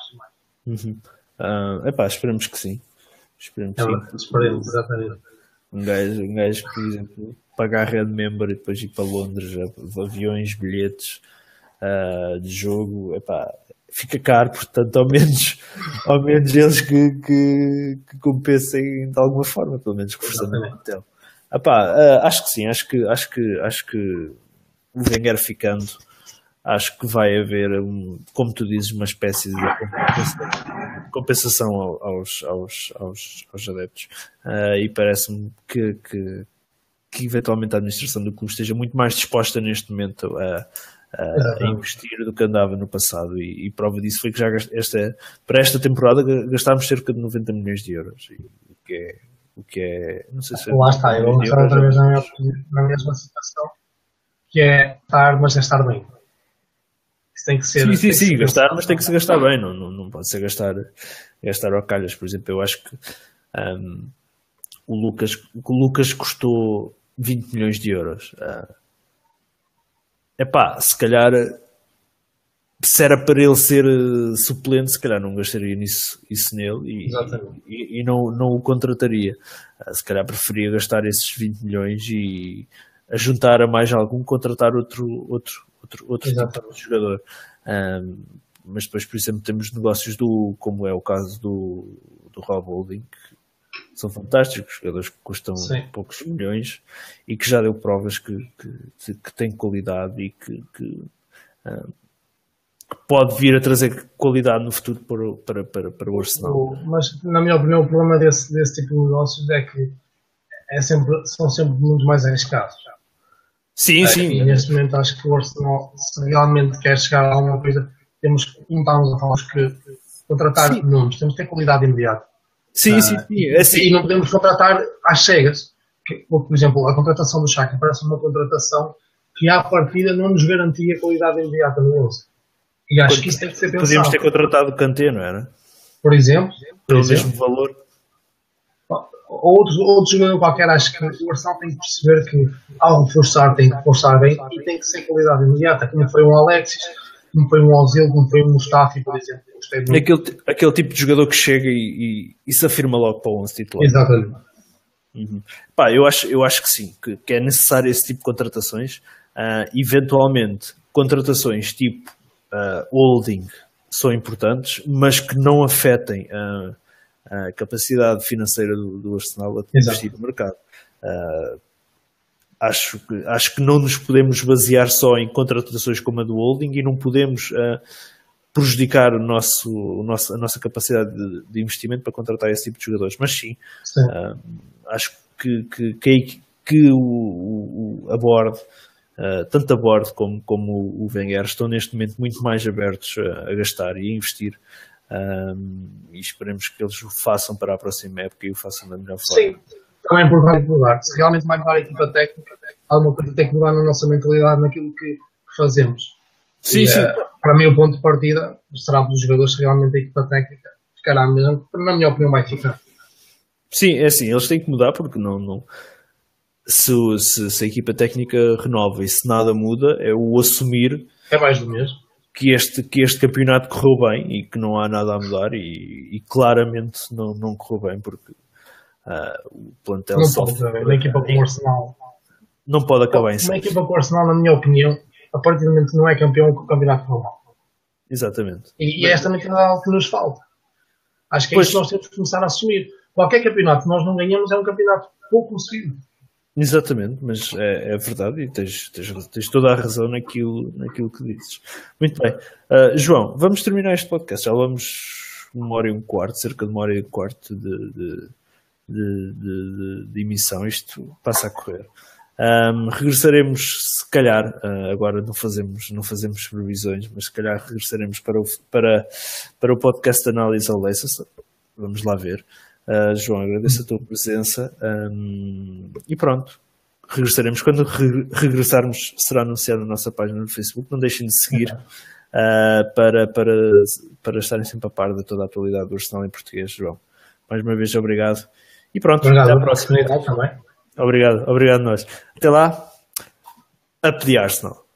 Esperemos que sim. Esperemos, exatamente. Um gajo que, por exemplo, pagar Red Member e depois ir para Londres, aviões, bilhetes de jogo, fica caro, portanto, ao menos eles que compensem de alguma forma, pelo menos reforçando o hotel. Acho que sim, acho que o Wenger ficando, acho que vai haver, como tu dizes, uma espécie de compensação aos adeptos. E parece-me que eventualmente a administração do clube esteja muito mais disposta neste momento a investir do que andava no passado, e prova disso foi que já para esta temporada gastámos cerca de 90 milhões de euros, o que é não sei se lá está, eu vou estar outra vez na mesma situação, que é estar, mas gastar bem. Isso tem que ser sim, gastar, mas tem que se gastar bem, não pode ser gastar ao calhas. Por exemplo, eu acho que o Lucas custou 20 milhões de euros. Se calhar, se era para ele ser suplente, se calhar não gastaria isso nele e não o contrataria. Se calhar preferia gastar esses 20 milhões e a juntar a mais algum, contratar outro tipo de jogador. Mas depois, por exemplo, temos negócios como é o caso do Rob Holding, que são fantásticos, jogadores que custam poucos milhões e que já deu provas que têm qualidade e que pode vir a trazer qualidade no futuro para o Arsenal. Mas, na minha opinião, o problema desse tipo de negócios é que são sempre muito mais arriscados. Sim. E neste momento acho que o Arsenal, se realmente quer chegar a alguma coisa, temos que, como estávamos a falar, contratar nomes, temos que ter qualidade imediata. Sim. E não podemos contratar às cegas. Por exemplo, a contratação do Xhaka parece uma contratação que à partida não nos garantia qualidade imediata no 11. E acho que isso tem que ser pensado. Podíamos ter contratado o Kanté, não era? Por exemplo. Pelo mesmo valor. Outro jogador qualquer, acho que o Arsenal tem que perceber que ao reforçar tem que reforçar bem e tem que ser qualidade imediata, como foi um Alexis, como foi um Ozil, como foi um Mustafi, por exemplo. Aquele tipo de jogador que chega e se afirma logo para o 11 titular. Exatamente. Eu acho que sim, que é necessário esse tipo de contratações. Eventualmente, contratações tipo holding são importantes, mas que não afetem a capacidade financeira do Arsenal a investir no mercado. acho que não nos podemos basear só em contratações como a do holding e não podemos prejudicar a nossa capacidade de investimento para contratar esse tipo de jogadores. Mas sim. Acho que a Board, tanto a Board como o Wenger, estão neste momento muito mais abertos a gastar e a investir. E esperemos que eles o façam para a próxima época e o façam da melhor forma. Sim, também é importante mudar. Se realmente vai mudar a equipa técnica, alguma coisa tem que mudar na nossa mentalidade, naquilo que fazemos. Sim, e, sim. Para mim, o ponto de partida será pelos jogadores se realmente a equipa técnica ficará mesmo, na minha opinião, vai ficar. Sim, é assim, eles têm que mudar porque não se a equipa técnica renova e se nada muda, é o assumir É mais do mesmo. Que este campeonato correu bem e que não há nada a mudar e claramente não correu bem porque o plantel não pode haver uma equipa com o Arsenal. Não pode acabar em uma equipa com o Arsenal, na minha opinião, a partir do momento que não é campeão, o campeonato correu mal. Exatamente. E esta mentalidade que nos falta. Acho que é isso que nós temos que começar a assumir. Qualquer campeonato que nós não ganhamos é um campeonato pouco conseguido. Exatamente, mas é verdade e tens toda a razão naquilo que dizes. Muito bem. João, vamos terminar este podcast. Já vamos 1h15, cerca de 1h15 de emissão. Isto passa a correr. Regressaremos, se calhar, agora não fazemos previsões, mas se calhar regressaremos para o podcast de análise ao Leicester. Vamos lá ver. João, agradeço a tua presença e pronto, regressaremos. Quando regressarmos será anunciado na nossa página no Facebook. Não deixem de seguir para estarem sempre a par de toda a atualidade do Arsenal em português. João, mais uma vez obrigado e pronto, obrigado, até à próxima. Também. Obrigado nós. Até lá, up the Arsenal.